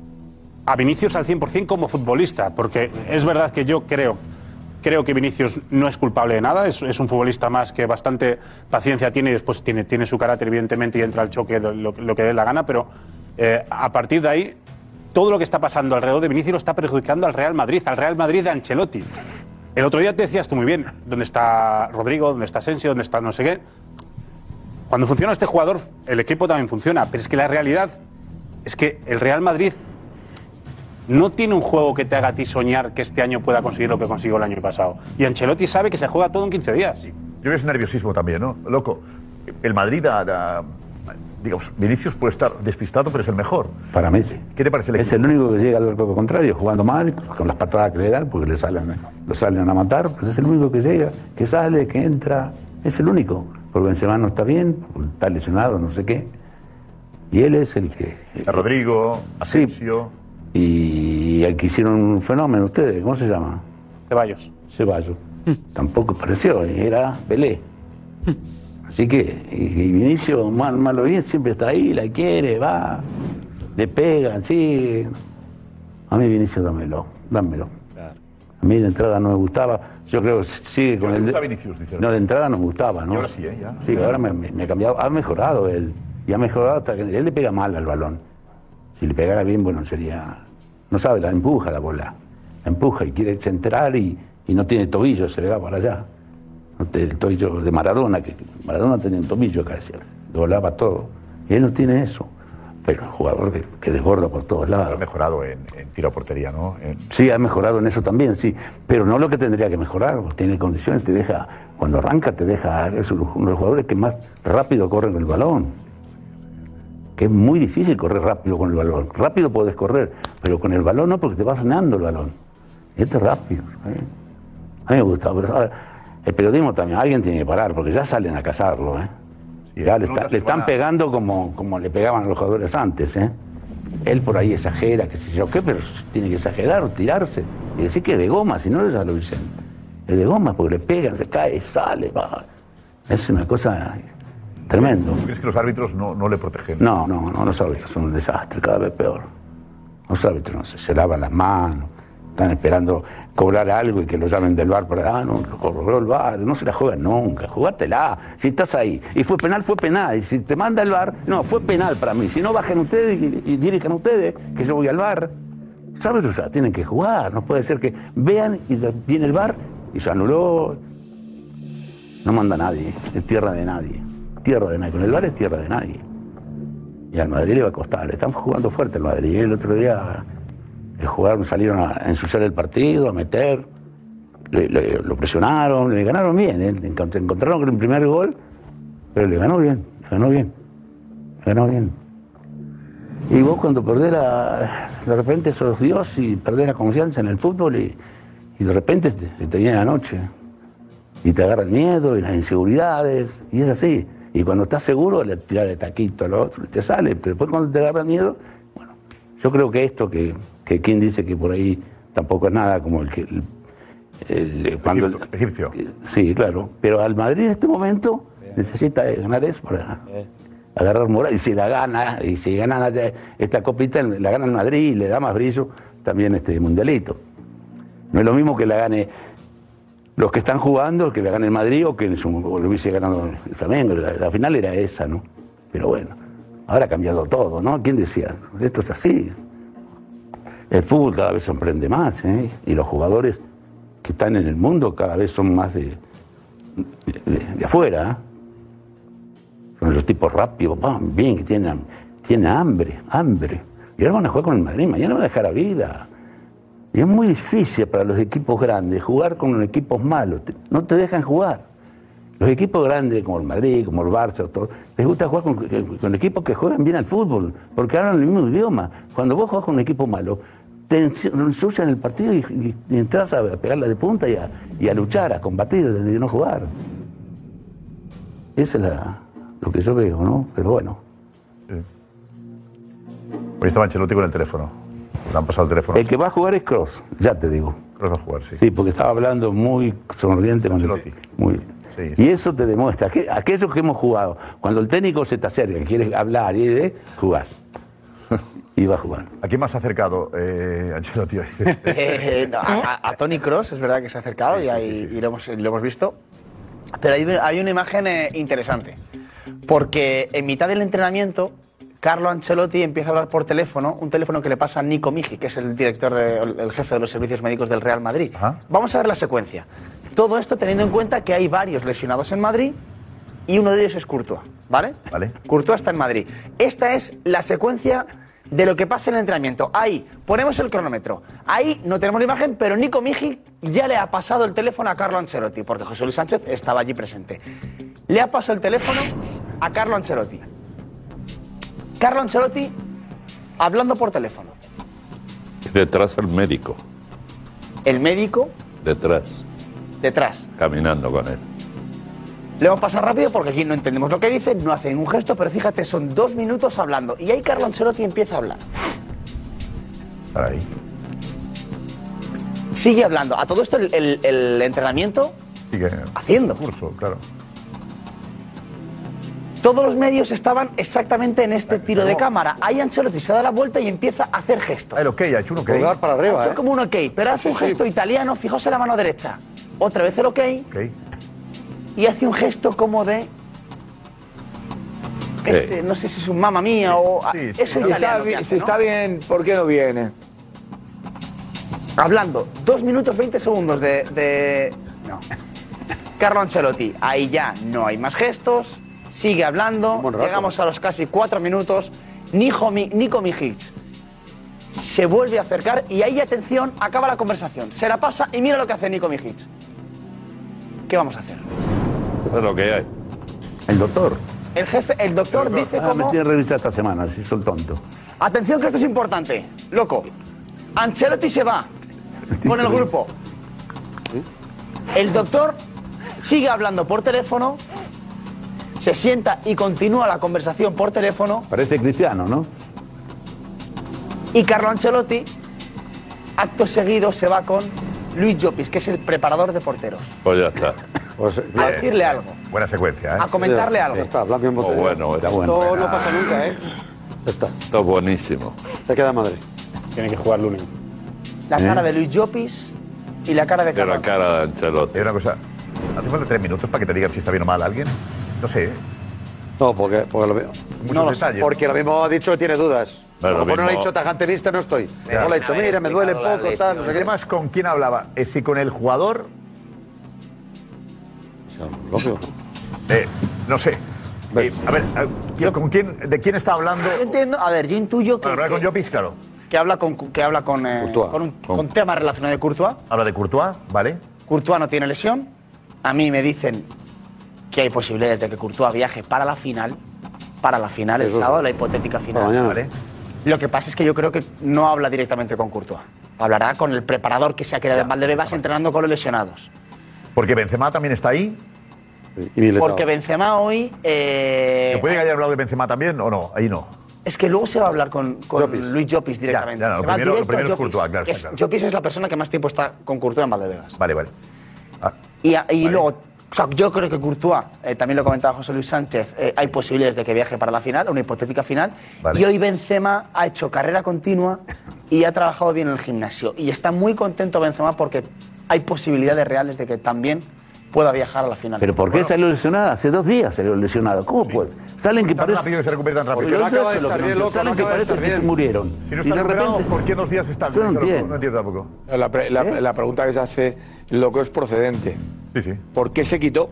a Vinicius al cien por cien como futbolista, porque es verdad que yo creo creo que Vinicius no es culpable de nada, es, es un futbolista más que bastante paciencia tiene, y después tiene, tiene su carácter evidentemente y entra al choque lo, lo, lo que dé la gana, pero eh, a partir de ahí todo lo que está pasando alrededor de Vinicius lo está perjudicando al Real Madrid, al Real Madrid de Ancelotti. El otro día te decías tú muy bien, ¿dónde está Rodrigo? ¿Dónde está Asensio? ¿Dónde está no sé qué? Cuando funciona este jugador, el equipo también funciona, pero es que la realidad es que el Real Madrid no tiene un juego que te haga a ti soñar que este año pueda conseguir lo que consiguió el año pasado. Y Ancelotti sabe que se juega todo en quince días. Yo creo que es nerviosismo también, ¿no? Loco, el Madrid, da, da, digamos, Vinicius puede estar despistado, pero es el mejor. Para mí sí. ¿Qué te parece el Es el único que llega al arco contrario, jugando mal, con las patadas que le dan, porque le salen, lo salen a matar, pues es el único que llega, que sale, que entra. Es el único. Porque Benzema no está bien, está lesionado, no sé qué. Y él es el que... A Rodrigo, Asensio... Sí. Y al que hicieron un fenómeno ustedes, ¿cómo se llama? Ceballos. Ceballos. Tampoco pareció, era Pelé. Así que, y, y Vinicius, mal, malo bien, siempre está ahí, la quiere, va, le pegan, sí. A mí Vinicius dámelo, dámelo. Claro. A mí de entrada no me gustaba, yo creo que sigue con ¿Te el... gusta Vinicius, dice? No, de entrada no me gustaba, ¿no? Y ahora sí, ¿eh? Ya. Sí, ahora me, me, me ha cambiado, ha mejorado él. Y ha mejorado hasta que él le pega mal al balón. Si le pegara bien, bueno, sería... No sabe, la empuja la bola. La empuja y quiere centrar y, y no tiene tobillo, se le va para allá. No tiene el tobillo de Maradona, que Maradona tenía un tobillo casi, doblaba todo. Y él no tiene eso. Pero es un jugador que, que desborda por todos lados. Ha mejorado en, en tiro a portería, ¿no? En... Sí, ha mejorado en eso también, sí. Pero no lo que tendría que mejorar. Tiene condiciones, te deja... Cuando arranca te deja... Es uno de los jugadores que más rápido corren con el balón. Que es muy difícil correr rápido con el balón. Rápido podés correr, pero con el balón no, porque te va frenando el balón. Y este es rápido. ¿eh? A mí me gusta. Pero, ¿sabes? El periodismo también, alguien tiene que parar, porque ya salen a cazarlo. ¿eh? Sí, ya le, está, le están a... pegando como, como le pegaban a los jugadores antes. ¿eh? Él por ahí exagera, qué sé yo qué, pero tiene que exagerar o tirarse. Y decir que es de goma, si no ya lo dicen. Es de goma porque le pegan, se cae, sale, va. Es una cosa... Tremendo. ¿Crees que los árbitros no, no le protegen? No, no, no, los árbitros son un desastre, cada vez peor. Los árbitros no sé, se lavan las manos, están esperando cobrar algo y que lo llamen del V A R para, ah, no, lo cobró el V A R, no se la juegan nunca, jugátela. Si estás ahí y fue penal, fue penal. Y si te manda el V A R, no, fue penal para mí. Si no, bajen ustedes y, y dirijan ustedes, que yo voy al V A R. ¿Sabes? O sea, tienen que jugar. No puede ser que vean y viene el V A R y se anuló. No manda nadie. Es tierra de nadie. Tierra de nadie. Con el V A R es tierra de nadie. Y al Madrid le va a costar. Estamos jugando fuerte el Madrid. Y el otro día eh, jugaron, salieron a ensuciar el partido, a meter. Le, le, lo presionaron, le ganaron bien. ¿eh? Encontraron el primer gol, pero le ganó bien. Le ganó bien. Le ganó bien. Y vos cuando perdés la, de repente sos Dios y perdés la confianza en el fútbol y, y de repente te, te viene la noche y te agarra el miedo y las inseguridades y es así. Y cuando estás seguro le tiras de taquito al otro y te sale, pero después cuando te agarra el miedo, bueno, yo creo que esto que, que quien dice que por ahí tampoco es nada como el que... El, el, cuando el, egipcio. Sí, claro, pero al Madrid en este momento necesita ganar eso para... agarrar moral, y si la gana, y si gana esta copita, la gana el Madrid y le da más brillo también este mundialito. No es lo mismo que la gane los que están jugando, que la gane el Madrid o que en su, o lo hubiese ganado el Flamengo. La, la final era esa, ¿no? Pero bueno, ahora ha cambiado todo, ¿no? ¿Quién decía? Esto es así. El fútbol cada vez sorprende más, ¿eh? Y los jugadores que están en el mundo cada vez son más de, de, de afuera, ¿eh? Son esos tipos rápidos, ¡pam! Bien, que tienen, tienen hambre, hambre. Y ahora van a jugar con el Madrid, mañana van a dejar a vida. Y es muy difícil para los equipos grandes jugar con los equipos malos. No te dejan jugar. Los equipos grandes, como el Madrid, como el Barça, todo, les gusta jugar con, con equipos que juegan bien al fútbol, porque hablan el mismo idioma. Cuando vos jugás con un equipo malo, te ensucian el partido y, y, y entras a pegarla de punta y a, y a luchar, a combatir, y no jugar. Esa es la... lo que yo veo, ¿no? Pero bueno. Sí. Hoy estaba Ancelotti con el teléfono. Le han pasado el teléfono. El que va a jugar es Kroos, ya te digo. Kroos va a jugar, sí. Sí, porque estaba hablando muy sonriente. Ancelotti. Muy sí, sí. Y eso te demuestra que aquellos que hemos jugado, cuando el técnico se te acerca, quiere hablar y eh, jugás. Y va a jugar. ¿A quién más se ha acercado eh, Ancelotti hoy? eh, no, a, a Toni Kroos es verdad que se ha acercado sí, y, hay, sí, sí, sí. y lo, hemos, lo hemos visto. Pero hay, hay una imagen eh, interesante. Porque en mitad del entrenamiento, Carlo Ancelotti empieza a hablar por teléfono, un teléfono que le pasa a Nico Miji, que es el director, de, el jefe de los servicios médicos del Real Madrid. Ajá. Vamos a ver la secuencia. Todo esto teniendo en cuenta que hay varios lesionados en Madrid y uno de ellos es Courtois, ¿vale? Vale. Courtois está en Madrid. Esta es la secuencia de lo que pasa en el entrenamiento. Ahí ponemos el cronómetro. Ahí no tenemos la imagen, pero Nico Miji ya le ha pasado el teléfono a Carlo Ancelotti, porque José Luis Sánchez estaba allí presente. Le ha pasado el teléfono a Carlo Ancelotti. Carlo Ancelotti hablando por teléfono. Detrás el médico. El médico. Detrás. Detrás. Caminando con él. Le vamos a pasar rápido porque aquí no entendemos lo que dice, no hace ningún gesto, pero fíjate, son dos minutos hablando. Y ahí Carlo Ancelotti empieza a hablar. Ahí. Sigue hablando. A todo esto el, el, el entrenamiento sigue haciendo. Curso, claro. Todos los medios estaban exactamente en este tiro de cámara. Ahí Ancelotti se da la vuelta y empieza a hacer gestos. El ok, ha hecho un ok. Jugar para arriba, ha hecho ¿eh? como un ok, pero hace un gesto italiano, fijaos en la mano derecha. Otra vez el ok. okay. Y hace un gesto como de... Este, no sé si es un mamma mía o... Sí, sí. Eso italiano. Si está, hace, si ¿no? está bien, ¿por qué no viene? Hablando, dos minutos veinte segundos de... de... No. Carlo Ancelotti, ahí ya no hay más gestos, sigue hablando, llegamos a los casi cuatro minutos, Nico, Nico Mijic se vuelve a acercar y ahí, atención, acaba la conversación, se la pasa y mira lo que hace Nico Mijic. ¿Qué vamos a hacer? Es lo que hay. El doctor. El jefe, el doctor Pero, dice ah, cómo... me tiene que revisar esta semana, si soy tonto. Atención que esto es importante, loco. Ancelotti se va con el grupo. El doctor sigue hablando por teléfono, se sienta y continúa la conversación por teléfono. Parece cristiano, ¿no? Y Carlo Ancelotti, acto seguido, se va con Luis Llopis, que es el preparador de porteros. Pues ya está. Pues, a decirle algo. Buena secuencia, ¿eh? A comentarle algo. Ya está, blanco y en Oh, botella. bueno, está Esto bueno. no pasa nunca, ¿eh? Ya está. Está buenísimo. Se queda en Madrid. Tiene que jugar Lunin. La ¿Eh? cara de Luis Llopis y la cara de De la Carlo. cara de Ancelotti. Hay una cosa. ¿Hace falta tres minutos para que te digan si está bien o mal alguien? No sé. No, porque, porque lo veo. Muchos No, detalles. porque lo mismo ha dicho que tiene dudas. Claro, a lo mejor lo no le ha mismo- dicho tajante vista, no estoy. Ya. No le ha dicho, mira, me duele poco, tal, no sé qué. Además, ¿con quién hablaba? Eh, ¿Si con el jugador? Lógico. Eh, no sé. Eh, a ver, eh, ¿con quién, ¿de quién está hablando? Yo entiendo, a ver, yo intuyo que. Bueno, habla con que- Llopis, claro. Que habla con, que habla con, eh, Courtois. con, un, Con- con temas relacionados de Courtois. Habla de Courtois, ¿vale? Courtois no tiene lesión. A mí me dicen que hay posibilidades de que Courtois viaje para la final. Para la final, el Eso. sábado, la hipotética final. Para mañana. Vale. Lo que pasa es que yo creo que no habla directamente con Courtois. Hablará con el preparador que se ha quedado en Valdebebas entrenando con los lesionados. Porque Benzema también está ahí. Porque Benzema hoy. eh, ¿Se puede que haya hablado de Benzema también o no? Ahí no. Es que luego se va a hablar con, con Luis Llopis directamente. Ya, ya, no, lo Se va primero- lo directo a primero es Llopis. Courtois, claro, está Es- claro. Llopis es la persona que más tiempo está con Courtois en Valdebebas. Vale, vale. Y, a- y luego, o sea, yo creo que Courtois, eh, también lo comentaba José Luis Sánchez, eh, hay posibilidades de que viaje para la final, una hipotética final. Vale. Y hoy Benzema ha hecho carrera continua y ha trabajado bien en el gimnasio. Y está muy contento Benzema porque hay posibilidades reales de que también pueda viajar a la final. ¿Pero por qué salió lesionada? Hace dos días salió lesionada. ¿Cómo puede? Salen que Tan parece... rápido que se recupera tan rápido. Porque no Porque no acaba sé de lo estar que no bien, entiendo. loco, Salen no que acaba de parece estar que se bien. murieron. Si no Y está de recuperado, repente- ¿por qué dos días está? Yo no entiendo. No entiendo tampoco. La, pre- la- ¿Eh? la pregunta que se hace, loco, es procedente. Sí, sí. ¿Por qué se quitó?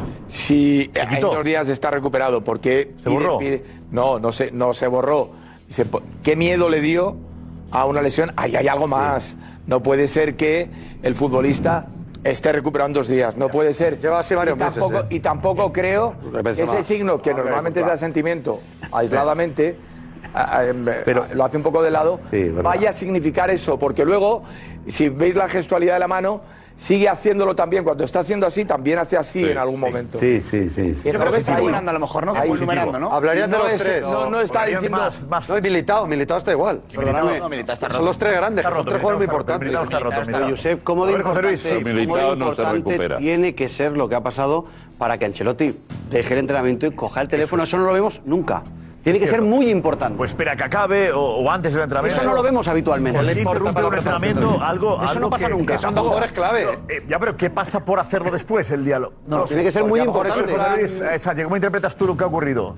Si en quitó? dos días está recuperado, ¿por qué ¿Se borró? no, no se, no se borró. Dice, po- ¿qué miedo le dio a una lesión? Ahí hay algo más. No puede ser que el futbolista esté recuperado en dos días. No puede ser. Lleva así varios y tampoco, meses, ¿eh? y tampoco creo que ese signo que normalmente es de asentimiento aisladamente, a- a- em, Pero- lo hace un poco de lado, Sí, verdad. vaya a significar eso, porque luego, si veis la gestualidad de la mano, sigue haciéndolo también. Cuando está haciendo así, también hace así en algún momento. Sí, sí, sí. sí. Y entonces está ahí- enumerando a lo mejor, ¿no? ahí Como sí, enumerando, ¿no? Hablarían de No los es- tres. no- no está Hablarían diciendo- Más, más. No, y Militao, Militao está igual. Perdóname. No, Militao está Son roto. los tres grandes, Está que son roto, tres jugadores muy Militao está roto, importantes. Militao está roto, Militao Militao. está Josep, ¿cómo A de ver, José Luis, importante, sí. cómo de Militao no se importante recupera. tiene que ser lo que ha pasado para que Ancelotti deje el entrenamiento y coja el teléfono? Eso no lo vemos nunca. Tiene Es que ser cierto. muy importante. Pues espera que acabe o, o antes del entrenamiento. Eso no lo vemos habitualmente. Porque interrumpe un entrenamiento, algo. Eso algo no pasa que- nunca. que Son dos tampoco- jugadores clave. Pero, eh, ya, pero ¿qué pasa por hacerlo después el diálogo? No, lo tiene sé, que ser porque muy a lo mejor importante. José Luis, eh, Sánchez, ¿cómo interpretas tú lo que ha ocurrido?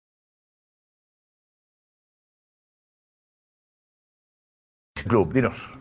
Club, dinos.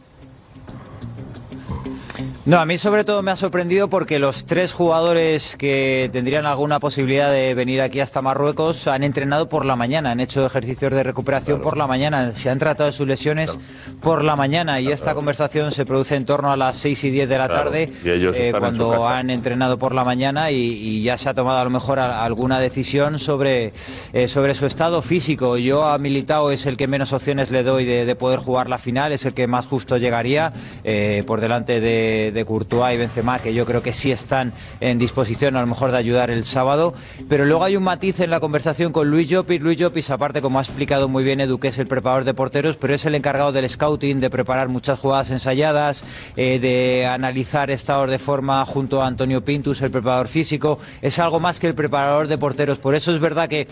No, a mí sobre todo me ha sorprendido porque los tres jugadores que tendrían alguna posibilidad de venir aquí hasta Marruecos han entrenado por la mañana, han hecho ejercicios de recuperación por la mañana, se han tratado de sus lesiones por la mañana y esta conversación se produce en torno a las seis y diez de la Claro, tarde y ellos eh, están en su cuando casa. han entrenado por la mañana y, y ya se ha tomado a lo mejor a- alguna decisión sobre, eh, sobre su estado físico. Yo a Militao es el que menos opciones le doy de, de poder jugar la final, es el que más justo llegaría eh, por delante de, de Courtois y Benzema, que yo creo que sí están en disposición a lo mejor de ayudar el sábado. Pero luego hay un matiz en la conversación con Luis Llopis. Luis Llopis, aparte, como ha explicado muy bien Edu, que es el preparador de porteros, pero es el encargado del scouting, de preparar muchas jugadas ensayadas, eh, de analizar estados de forma junto a Antonio Pintus, el preparador físico. Es algo más que el preparador de porteros. Por eso es verdad que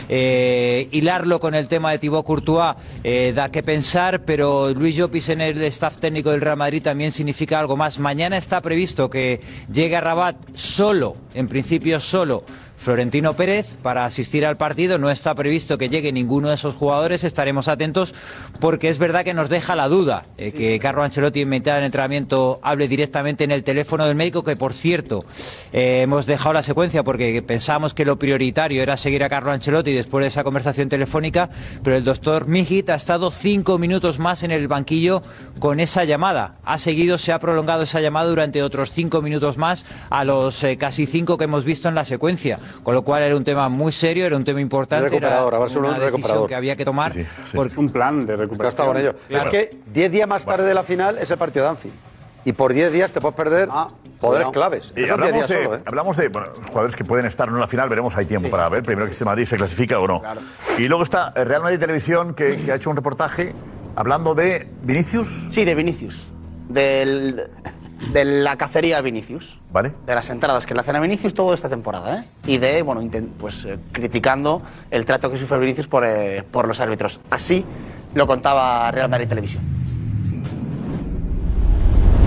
eh, hilarlo con el tema de Thibaut Courtois eh, da que pensar, pero Luis Llopis en el staff técnico del Real Madrid también significa algo más. Mañana está previsto que llegue a Rabat solo, en principio solo, Florentino Pérez para asistir al partido. No está previsto que llegue ninguno de esos jugadores, estaremos atentos porque es verdad que nos deja la duda eh, que Carlo Ancelotti en mitad del entrenamiento hable directamente en el teléfono del médico, que por cierto eh, hemos dejado la secuencia porque pensábamos que lo prioritario era seguir a Carlo Ancelotti después de esa conversación telefónica, pero el doctor Mijit ha estado cinco minutos más en el banquillo con esa llamada. Ha seguido, se ha prolongado esa llamada durante otros cinco minutos más a los eh, casi cinco que hemos visto en la secuencia. Con lo cual era un tema muy serio, era un tema importante, era Recuperador, a ver si uno una es decisión recuperador. que había que tomar. Sí, sí, sí. porque- Es un plan de Ya recuperación. está con ello. Claro. Es que diez días más tarde de la final es el partido de Anfield. Y por diez días te puedes perder poderes cuidado. claves. Y Son diez hablamos, días de, solo, ¿eh? hablamos de bueno, jugadores que pueden estar en la final, veremos, hay tiempo para ver primero que este Madrid se clasifica o no. Claro. Y luego está eh, Real Madrid Televisión que, que ha hecho un reportaje hablando de Vinicius. Sí, de Vinicius. Del, de la cacería de Vinicius. ¿Vale? De las entradas que le hacen a Vinicius toda esta temporada, ¿eh? Y de, bueno, intent- pues eh, criticando el trato que sufre Vinicius por, eh, por los árbitros. Así lo contaba Real Madrid Televisión.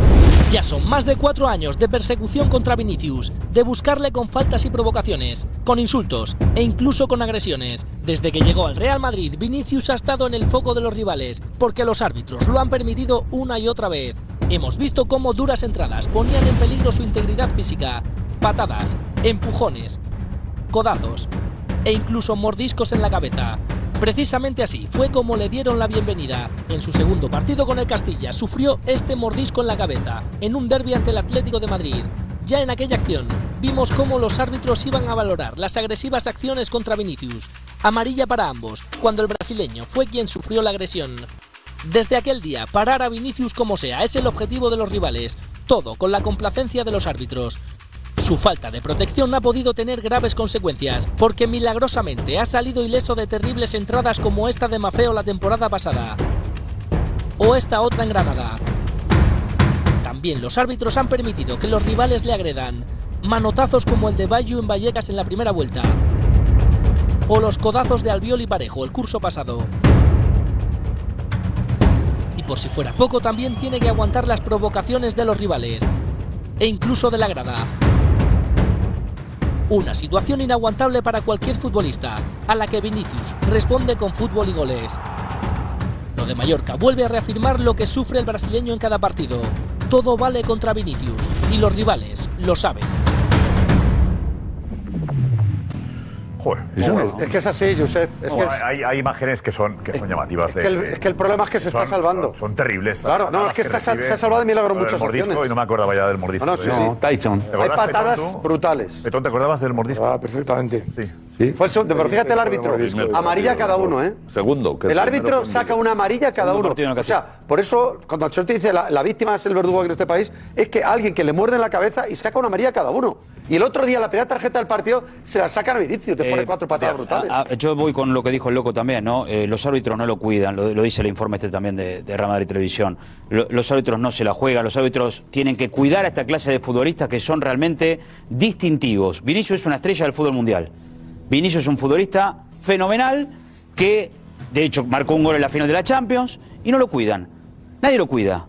Ya son más de cuatro años de persecución contra Vinicius, de buscarle con faltas y provocaciones, con insultos e incluso con agresiones. Desde que llegó al Real Madrid, Vinicius ha estado en el foco de los rivales, porque los árbitros lo han permitido una y otra vez. Hemos visto cómo duras entradas ponían en peligro su integridad física, patadas, empujones, codazos e incluso mordiscos en la cabeza. Precisamente así fue como le dieron la bienvenida. En su segundo partido con el Castilla sufrió este mordisco en la cabeza, en un derbi ante el Atlético de Madrid. Ya en aquella acción vimos cómo los árbitros iban a valorar las agresivas acciones contra Vinicius. Amarilla para ambos, cuando el brasileño fue quien sufrió la agresión. Desde aquel día, parar a Vinicius como sea es el objetivo de los rivales, todo con la complacencia de los árbitros. Su falta de protección ha podido tener graves consecuencias, porque milagrosamente ha salido ileso de terribles entradas como esta de Maffeo la temporada pasada, o esta otra en Granada. También los árbitros han permitido que los rivales le agredan, manotazos como el de Bayu en Vallecas en la primera vuelta, o los codazos de Albiol y Parejo el curso pasado. Y por si fuera poco, también tiene que aguantar las provocaciones de los rivales, e incluso de la grada. Una situación inaguantable para cualquier futbolista, a la que Vinicius responde con fútbol y goles. Lo de Mallorca vuelve a reafirmar lo que sufre el brasileño en cada partido. Todo vale contra Vinicius, y los rivales lo saben. Joder, es, es que es así, Josep. Es que es, hay, hay imágenes que son, que son llamativas. es, de, que el, es que el problema es que se son, está salvando. Son, son terribles. Claro, no, es que está, se ha salvado de milagro en muchas mordisco, ocasiones. y no me acordaba ya del mordisco. No, no, sí, ¿eh? sí. Tyson. Hay patadas brutales. Petón, ¿te acordabas del mordisco? Ah, perfectamente. Sí. ¿Sí? Fue el segundo, pero fíjate el árbitro. Amarilla cada uno, ¿eh? Segundo. Que El árbitro saca una amarilla cada uno. O sea, por eso, cuando Ancelotti dice la, la víctima es el verdugo en este país, es que alguien que le muerde en la cabeza y saca una amarilla cada uno. Y el otro día, la primera tarjeta del partido, se la sacan a Vinicius, te pone Eh, cuatro patadas brutales. a- a- yo voy con lo que dijo el loco también, ¿no? Eh, los árbitros no lo cuidan, lo, lo dice el informe este también de, de Real Madrid Televisión. Lo- los árbitros no se la juegan, los árbitros tienen que cuidar a esta clase de futbolistas que son realmente distintivos. Vinicius es una estrella del fútbol mundial. Vinicius es un futbolista fenomenal que, de hecho, marcó un gol en la final de la Champions y no lo cuidan. Nadie lo cuida.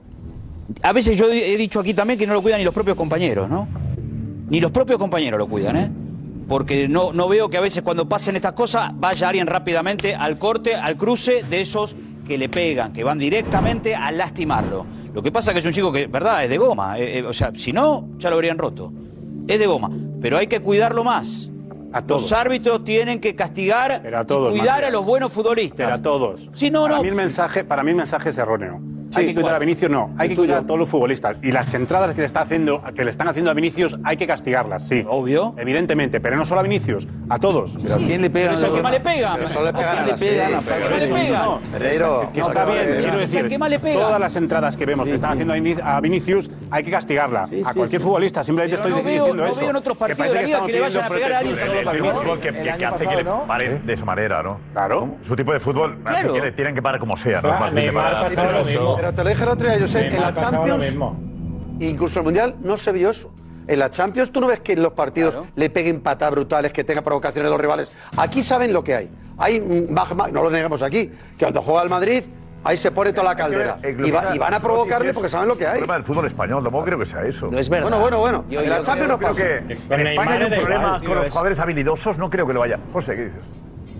A veces yo he dicho aquí también que no lo cuidan ni los propios compañeros, ¿no? Ni los propios compañeros lo cuidan, ¿eh? Porque no, no veo que a veces cuando pasen estas cosas vaya alguien rápidamente al corte, al cruce de esos que le pegan, que van directamente a lastimarlo. Lo que pasa es que es un chico que, verdad, es de goma. Eh, eh, o sea, si no, ya lo habrían roto. Es de goma. Pero hay que cuidarlo más. A todos. Los árbitros tienen que castigar Pero a todos, y cuidar Matías. a los buenos futbolistas. Pero a todos. Sí, no, para no. Mí el mensaje, para mí el mensaje es erróneo. Sí, hay que cuidar ¿cuál? a Vinicius, no. Hay que cuidar a todos los futbolistas. Y las entradas que le, está haciendo, que le están haciendo a Vinicius hay que castigarlas, sí. Obvio. Evidentemente, pero no solo a Vinicius, a todos. ¿Pero a quién le pegan? Pero es el que más le pega. Pero eso le pegan ¿A a quién las le pegan? seis. ¿A quién le pegan? No, Pereiro, que está no, bien, no, quiero no, decir, ¿qué más le pega? todas las entradas que vemos que están haciendo a Vini- a Vinicius hay que castigarla. a cualquier futbolista, simplemente Pero estoy no veo- diciendo no eso. veo en otros Que partidos parece de la liga estamos que le vayan a pidiendo pegar a alguien protección El, solo el para fútbol que, que- que hace que le paren de esa manera, ¿no? Claro. Su tipo de fútbol Claro. que le tienen que parar como sea, ¿no? Es más difícil de Neymar parar. pasaba lo mismo. Pero te lo dije el otro día, Josep, en Neymar la pasaba lo Champions, mismo. incluso el Mundial, no se vio eso. En la Champions tú no ves que en los partidos Claro. le peguen patadas brutales, que tenga provocaciones de los rivales. Aquí saben lo que hay. Hay mm, baja- ma- no lo negamos aquí, que cuando juega el Madrid, ahí se pone toda la caldera. Eh, lo Y, que va- pasa- y van a lo que provocarle dices porque saben lo que es hay. El problema del fútbol español, tampoco creo que sea eso. No es verdad. Bueno, bueno, bueno. Yo- en la yo Champions no Creo pasa. que Con en España Neymar hay un da problema igual, con los tío, jugadores habilidosos, no creo que lo vaya. José, ¿qué dices?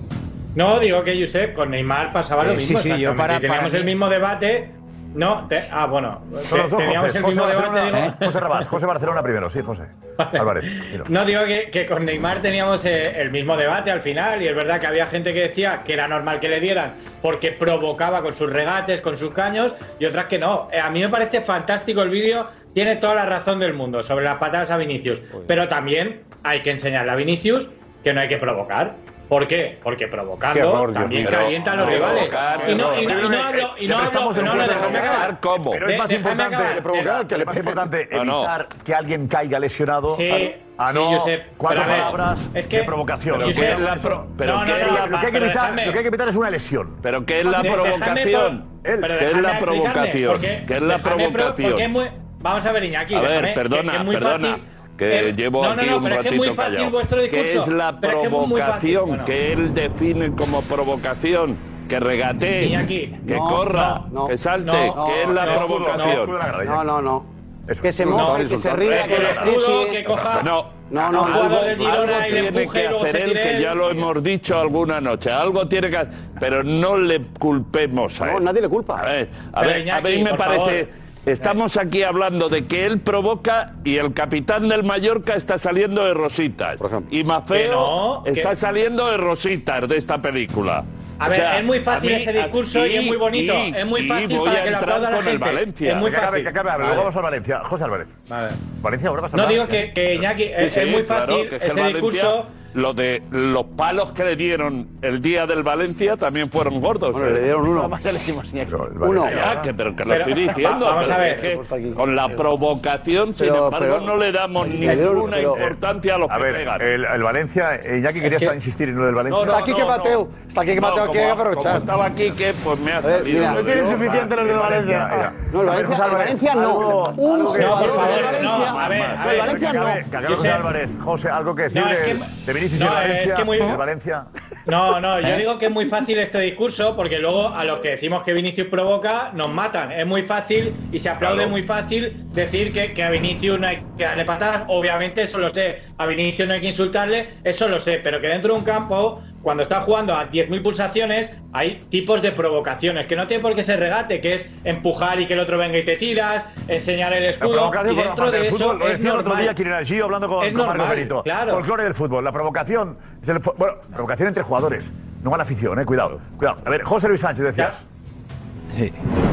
No, digo que Josep, con Neymar pasaba lo Eh, sí, mismo. sí, yo exactamente. para- Teníamos para el mí- mismo debate. No, te- ah, bueno. Son los dos, teníamos José. el José mismo debate. Barcelona, digo- José Rabat, José Barcelona primero, sí, José. Álvarez. dinos. No, digo que, que con Neymar teníamos eh, el mismo debate al final, y es verdad que había gente que decía que era normal que le dieran porque provocaba con sus regates, con sus caños, y otras que no. Eh, a mí me parece fantástico el vídeo, tiene toda la razón del mundo sobre las patadas a Vinicius, pero también hay que enseñarle a Vinicius que no hay que provocar. ¿Por qué? Porque provocando Qué horror, Dios también mío. calienta a los rivales. provocar, Y no, y no, y no no, hablo, y no pero estamos hablo, en no, un no, punto de déjame acabar. provocar, ¿cómo? Pero es más De- déjame importante acabar. que provocar, que es más importante No, no. evitar que alguien caiga lesionado Sí, a sí, no Josep, cuatro pero a ver, palabras es que- de provocación. Pero Josep, ¿qué es la pro- pero no, qué no, es no, la- Lo que hay que pero evitar, dejadme- lo que hay que evitar es una lesión. ¿Pero qué es la Dejadme provocación? pro- Él. pero ¿Qué es la dejadme explicarme, provocación? porque- ¿Qué es la dejadme pro- provocación? porque es muy- Vamos a ver, Iñaki. A ver, déjame, perdona, que es muy perdona, fácil. que Eh, llevo no, no, aquí no, un pero es que es muy ratito fácil callado. vuestro discurso. ¿Qué es la pero es que es muy fácil. provocación? Bueno. Que él define como provocación. Que regatee, Iñaki. que No, corra, no, que salte. no, ¿Qué es la no, provocación? No, no, no. Que se moje, que se ría, que lo escudo, que coja. No, no, no. Algo, jugador de Girona algo y le tiene empuje que y luego hacer se él, tire que él. ya lo hemos dicho alguna noche. Algo tiene que hacer, pero no le culpemos a él. No, nadie le culpa. A ver, a Pero, ver, Iñaki, a mí me por parece. favor. Estamos aquí hablando de que él provoca y el capitán del Mallorca está saliendo de rositas. Y Mafeo Que no, está que- saliendo de rositas de esta película. A O ver, sea, es muy fácil a mí ese discurso y es muy bonito. y- Es muy y fácil voy para a que lo entrar aplauda la con el gente. Valencia. Es muy Que acabe, fácil. que acabe, Vale. luego vamos al Valencia. José Álvarez. Valencia, ahora vas a No hablar. digo que, que Iñaki, es, Sí, es muy claro, fácil que es que el ese Valencia, discurso. Lo de los palos que le dieron el día del Valencia también fueron gordos. Bueno, le dieron uno. Uno. Ya, que, pero que lo Pero, estoy diciendo. va- vamos pero a ver. es que con la provocación, sin Pero- embargo, pero- no le damos Le dieron- ninguna pero- importancia a los A que ver, pegan. el, el Valencia, eh, Iñaki querías que- insistir en lo del Valencia. No, no, Está aquí que no, Mateo. no. Está aquí que No, Mateo como- quiere aprovechar. como estaba aquí, que pues me ha A ver, salido. mira, lo no tiene de- suficiente los del Valencia. No, el Valencia, el Valencia no. Un algo que- jugador del No, Valencia. a ver, a el ver, Valencia que no. acabe, que acabe José Álvarez. José, algo que decir No, es de, que- de Vinicius no, y el es Valencia. que muy- del Valencia. No, no, yo ¿Eh? digo que es muy fácil este discurso porque luego a los que decimos que Vinicius provoca nos matan. Es muy fácil y se aplaude Claro. muy fácil decir que, que a Vinicius no hay que darle patadas. Obviamente eso lo sé. A Vinicius no hay que insultarle, eso lo sé. Pero que dentro de un campo, cuando está jugando a diez mil pulsaciones, hay tipos de provocaciones que no tiene por qué ser regate, que es empujar y que el otro venga y te tiras, enseñar el La escudo. provocación Y forma dentro parte de del eso fútbol. Lo es decía el otro normal. día Kirina Gio hablando con, Es con Mario normal, Benito. claro. Folclore del fútbol. La provocación es el fu- bueno, provocación entre jugadores, no a la afición, eh. Cuidado, cuidado. A ver, José Luis Sánchez decías. Sí.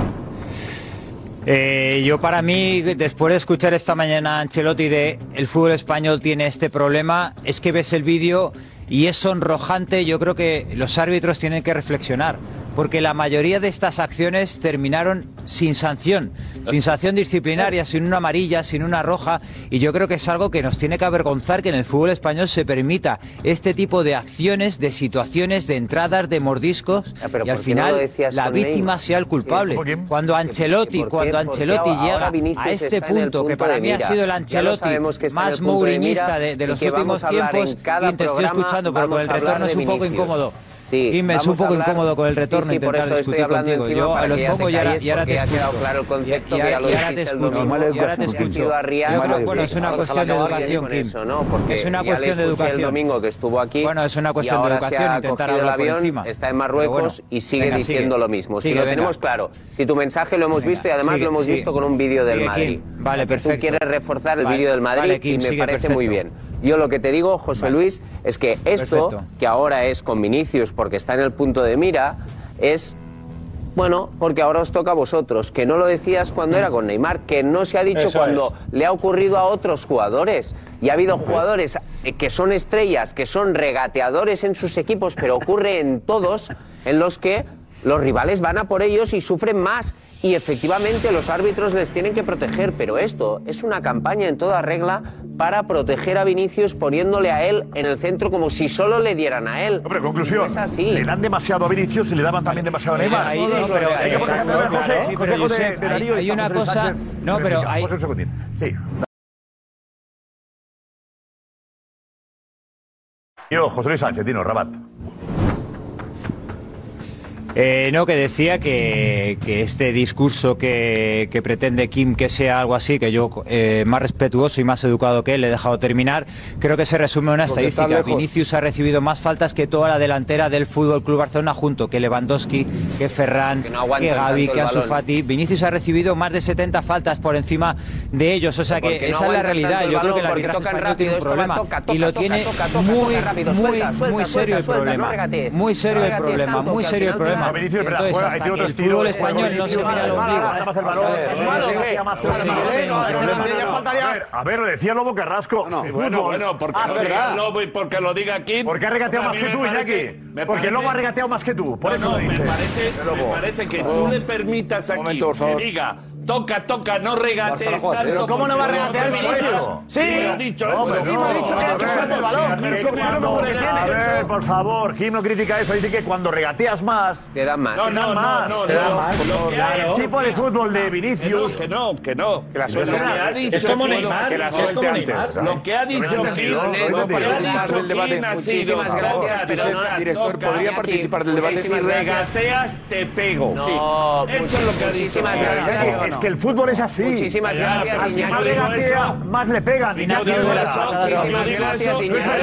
Eh, yo para mí, después de escuchar esta mañana a Ancelotti de el fútbol español tiene este problema, es que ves el vídeo y es sonrojante. Yo creo que los árbitros tienen que reflexionar, porque la mayoría de estas acciones terminaron sin sanción, sin sanción disciplinaria, sin una amarilla, sin una roja, y yo creo que es algo que nos tiene que avergonzar que en el fútbol español se permita este tipo de acciones, de situaciones, de entradas, de mordiscos, pero y al ¿por qué no lo final decías la con víctima Neymar? sea el culpable. Sí. Cuando Ancelotti, ¿Por qué? cuando Porque Ancelotti ahora llega Vinicius a este está en el punto, que punto para de mí ha mira. sido el Ya lo Ancelotti sabemos que está en más el punto de mourinista mira de, de y los que últimos vamos a hablar tiempos, en cada Kim, te estoy programa, escuchando, pero con vamos el a hablar retorno es de un poco Vinicius. incómodo. Sí, Kim, es un vamos a poco hablar- incómodo con el sí, retorno sí, por intentar eso estoy discutir hablando contigo. encima Yo para los que ya pongo te y ahora, calles, y ahora porque te ya ha escucho. quedado claro el concepto Y- y que ya ahora- lo y ahora te dijiste el escucho. domingo. Y ahora te Que has escucho. ido a Riyadh Yo creo- y bueno, es una ahora cuestión de ojalá acabe educación, con Kim. eso, ¿no? Porque Es una ya le cuestión de escuché educación. el domingo que estuvo aquí. Bueno, es una cuestión y de ahora educación, se ha intentar cogido el hablar por avión, encima. está en Pero Marruecos bueno, y sigue venga, diciendo sigue. lo mismo. Si Sigue, lo venga. tenemos claro, si tu mensaje lo hemos Venga, visto y además sigue, lo hemos sigue. visto con un vídeo del Sigue, Madrid. Kim. Vale, Que tú perfecto. quieres reforzar el Vale, vídeo del Madrid vale, Kim, y me sigue, parece muy perfecto. bien. Yo lo que te digo, José Luis, es que esto, Perfecto. que ahora es con Vinicius porque está en el punto de mira, es, bueno, porque ahora os toca a vosotros, que no lo decías cuando era con Neymar, que no se ha dicho Eso cuando es. le ha ocurrido a otros jugadores. Y ha habido jugadores eh, que son estrellas, que son regateadores en sus equipos, pero ocurre en todos, en los que los rivales van a por ellos y sufren más. Y efectivamente los árbitros les tienen que proteger, pero esto es una campaña en toda regla para proteger a Vinicius poniéndole a él en el centro como si solo le dieran a él. Hombre, conclusión. No es así. Le dan demasiado a Vinicius y le daban también demasiado a Neymar. Ahí, No, no, pero- hay que, por ejemplo, a ver, José, Sí, pero consejo de, Josep, de Darío hay- hay y una José Luis cosa- Sánchez. no, pero Venga, hay- José, un segundín. Sí. Yo, José Luis Sánchez, dinos, Rabat. Eh, no, que decía que, que este discurso que, que pretende Kim que sea algo así, que yo eh, más respetuoso y más educado que él, le he dejado terminar, creo que se resume en una Porque está estadística. lejos. Vinicius ha recibido más faltas que toda la delantera del Fútbol Club Barcelona junto, que Lewandowski, que Ferran, Que que, no aguantan Gavi, tanto que el Ansu balón. Fati. Vinicius ha recibido más de setenta faltas por encima de ellos, o sea que Porque no esa es la aguantan realidad. tanto el Yo creo que el balón, porque arbitraje tocan español tiene un rápido, esto va, problema toca, toca, y lo toca, tiene toca, toca, muy, toca rápido, muy, suelta, suelta, muy serio el suelta, problema. no regatees. Muy serio No el regatees problema, tanto, muy que al serio el final te problema. va- Vinicius, es verdad, Entonces, juega, hasta tiene que otros el tiros, fútbol juega español no se Vinicius, mira el es malo, ombligo. nada más el balón. Es malo, ¿qué? Más que Pues el sí, balón. tengo un problema. A ver, a ver, lo decía Lobo Carrasco. Sí, bueno, bueno, porque Ah, lo ¿verdad? diga Lobo y porque lo diga aquí. Porque ha regateado A más mí que me tú, parece- Iñaki. me Porque parece- Lobo ha regateado más que tú. Por No, eso no, lo me dice. parece, me Lobo. parece que tú le permitas aquí momento, por favor. que diga toca, toca, no regatees Barça no juega así. tanto. ¿Cómo no va a porque regatear no te Vinicius? vas. Sí. Hemos dicho, No, ¿eh? hombre, Hemos no. dicho que A el que ver, suelte el balón. sí, a ver, Eso es lo mejor que tiene. A ver, ver, por favor, Kim no critica eso, dice que cuando regateas más... Te dan más. No, no, no, no. Te dan no, más. no, Claro. El tipo de fútbol de Vinicius... Que no, que no. Que la suelte antes. Es como Neymar. Que la suelte antes. Lo que ha dicho Kim... ¿Puedo participar del debate? Muchísimas gracias, pero no, director, ¿podría participar del debate? Si regateas, te pego. No, Eso es lo que ha dicho. muchísimas gracias. Es que el fútbol es así. Muchísimas gracias, Al que Iñaki. más regatea, más le pegan. Iñaki, muchísimas gracias,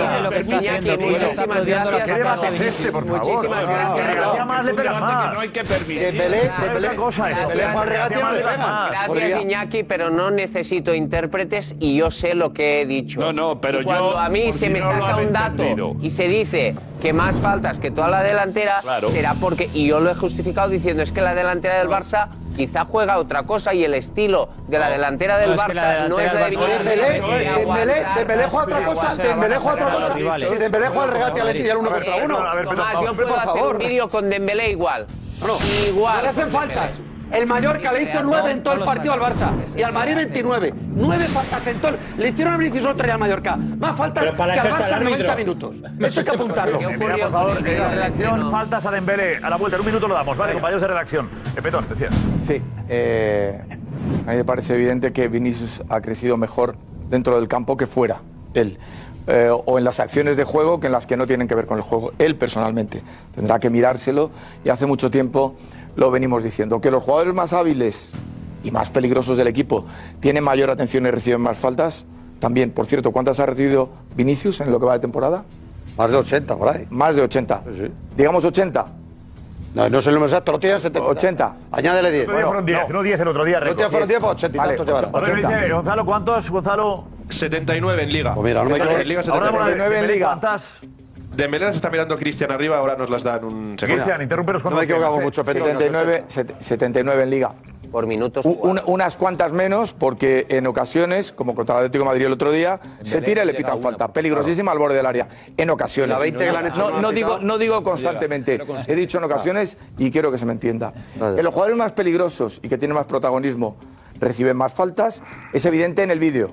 Iñaki. Iñaki, muchísimas gracias. ¿Qué debate es este, por favor? Muchísimas gracias. Regatea más, le pegan más. No hay que permitir. Dembélé, Dembélé, cosa es. Dembélé más regatea, más le pegan. Gracias, Iñaki, pero no necesito intérpretes y yo sé lo que he dicho. No, no, pero Y cuando yo, a mí por se si me no lo saca han un dato entendido. y se dice que más faltas que toda la delantera, Claro. será porque, y yo lo he justificado diciendo, es que la delantera del Barça quizá juega otra cosa y el estilo de la delantera del No, es que la Barça no es la de delantera del Barça- Dembélé, Dembélé, Dembélé juega otra cosa, Dembélé juega otra cosa. Si Dembélé juega el regate al Atleti y al uno contra uno. Tomás, yo puedo hacer un vídeo con Dembélé igual. No, Igual. no le hacen faltas. El Mallorca le hizo nueve en todo el partido al Barça y al Madrid veintinueve. Nueve faltas en todo. Le hicieron a Vinicius otro y al Mallorca. Más faltas Pero que para al eso está Barça el en noventa árbitro. minutos. Eso hay que apuntarlo. Eh, mira, por favor, en la redacción, faltas a Dembélé. A la vuelta, en un minuto lo damos. Vale, compañeros de redacción. Eh, Petón, decías. Sí, eh, a mí me parece evidente que Vinicius ha crecido mejor dentro del campo que fuera, él. Eh, o en las acciones de juego que en las que no tienen que ver con el juego. Él personalmente tendrá que mirárselo y hace mucho tiempo lo venimos diciendo. Que los jugadores más hábiles y más peligrosos del equipo tienen mayor atención y reciben más faltas. También, por cierto, ¿cuántas ha recibido Vinicius en lo que va de temporada? Más de ochenta, por ahí. Más de ochenta. Sí. Digamos ochenta. No, no sé el número exacto, lo tienes setenta. ochenta. Añádele diez. El otro día fueron diez, no diez el otro día. El otro día fueron diez, pues ochenta y tantos llevará. A ver, dice Gonzalo, ¿cuántos, Gonzalo? setenta y nueve en Liga. Pues mira, no me equivoco. En Liga Ahora vamos a ver, setenta y nueve. Dembélé, ¿cuántas? Dembélé las está mirando Cristian arriba, ahora nos las da en un segundo. Cristian, interrúmpenos cuando No me equivocamos quieras, mucho, eh. Petón. setenta y nueve, set- setenta y nueve en Liga. Por minutos. Un- una- unas cuantas menos, porque en ocasiones, como contra el Atlético de Madrid el otro día, se tira y le pitan falta. Peligrosísima al borde del área. En ocasiones. La veinte que le han hecho no, no no han digo, pitado. no digo constantemente. He dicho en ocasiones y quiero que se me entienda. Que los jugadores más peligrosos y que tienen más protagonismo reciben más faltas, es evidente en el vídeo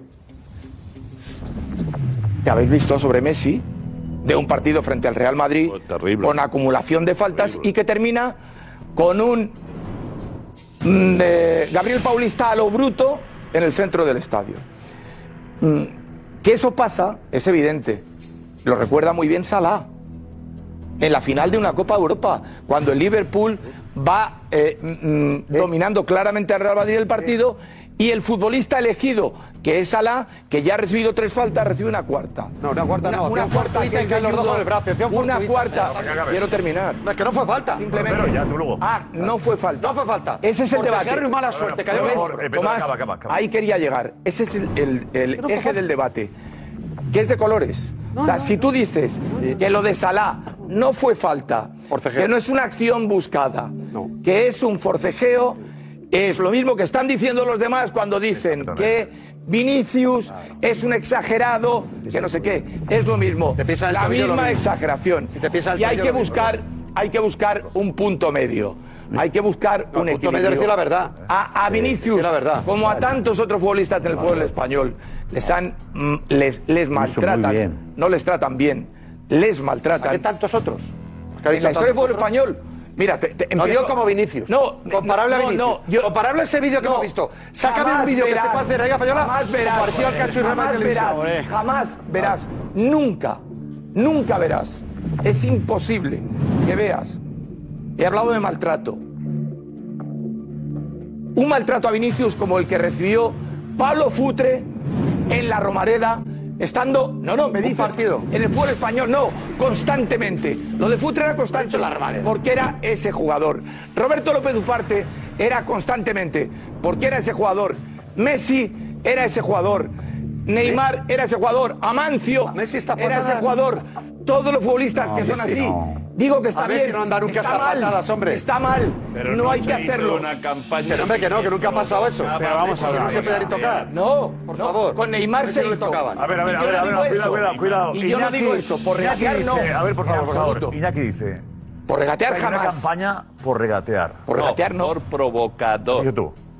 que habéis visto sobre Messi de un partido frente al Real Madrid con acumulación de faltas y que termina con un mm, eh, Gabriel Paulista a lo bruto en el centro del estadio. Mm, que eso pasa es evidente. Lo recuerda muy bien Salah en la final de una Copa Europa, cuando el Liverpool va eh, mm, dominando claramente al Real Madrid el partido y el futbolista elegido, que es Salah, que ya ha recibido tres faltas, recibe una cuarta. No, una cuarta no. Una, hacía un cuarta fortuita que y caen los dos ayudó. con el brazo. hacía un Una fortuita. cuarta. Para que acabe. Quiero terminar. No, es que no fue falta. Simplemente. Pero ya, tú luego. Ah, no fue falta. No fue falta. Ese es el Porque debate. Harry mala suerte, cayó Por Messi. favor, eh, Petón, Tomás, acaba, acaba, acaba. ahí quería llegar. Ese es el, el- el no fue eje falta. del debate, que es de colores. o sea, si tú dices que lo de Salah no fue falta, Forcejeo. que no es una acción buscada, que es un forcejeo, es lo mismo que están diciendo los demás cuando dicen que Vinicius es un exagerado, que no sé qué, es lo mismo, Te piensa el la tobillo, lo misma mismo. exageración. Si te piensa el Y hay tobillo, que lo mismo. buscar, hay que buscar un punto medio. Hay que buscar No, un punto equilibrio. medio es decir la verdad. A, a Vinicius, decir la verdad. como a tantos otros futbolistas en el fútbol español, les han mm, les, les maltratan, bien. no les tratan bien, les maltratan. ¿Qué tantos otros? En la historia del fútbol español, mira, te, te No empiezo- digo como Vinicius. No, comparable no, a Vinicius. no, yo- comparable a ese vídeo que no, hemos visto. Sácame jamás un vídeo que verás, se puede hacer ahí española. Jamás verás, Parecido al cacho y Real jamás Madrid verás, Televisión. jamás verás, nunca, nunca verás. Es imposible que veas. He hablado de maltrato. Un maltrato a Vinicius como el que recibió Pablo Futre en la Romareda, estando, no, no, me dices, partido. en el fútbol español, no, constantemente. Lo de Futre era constante, porque era ese jugador. Roberto López Ufarte era constantemente, porque era ese jugador. Messi era ese jugador. Neymar era ese jugador. Amancio Messi está era ese patadas. jugador. Todos los futbolistas No, que son Messi así. no. Digo que está A Messi bien. no anda nunca está hasta mal, patadas, hombre. Está mal. Pero no, hay se que hizo hacerlo. una campaña Pero hombre, que no, que nunca ha pasado eso. Pero vamos a Messi ver. no se puede ni tocar. No, por no, favor. con Neymar Messi se no le hizo. tocaban. A ver, a ver, Y a yo ver, no a ver, digo cuidado, eso. cuidado, cuidado. Y yo no Iñaki- digo eso, por Iñaki regatear no. dice- A ver, por favor, En por favor. absoluto. Iñaki dice. Por regatear Hay una jamás. campaña por regatear. Por regatear no. Por provocador. Dice tú.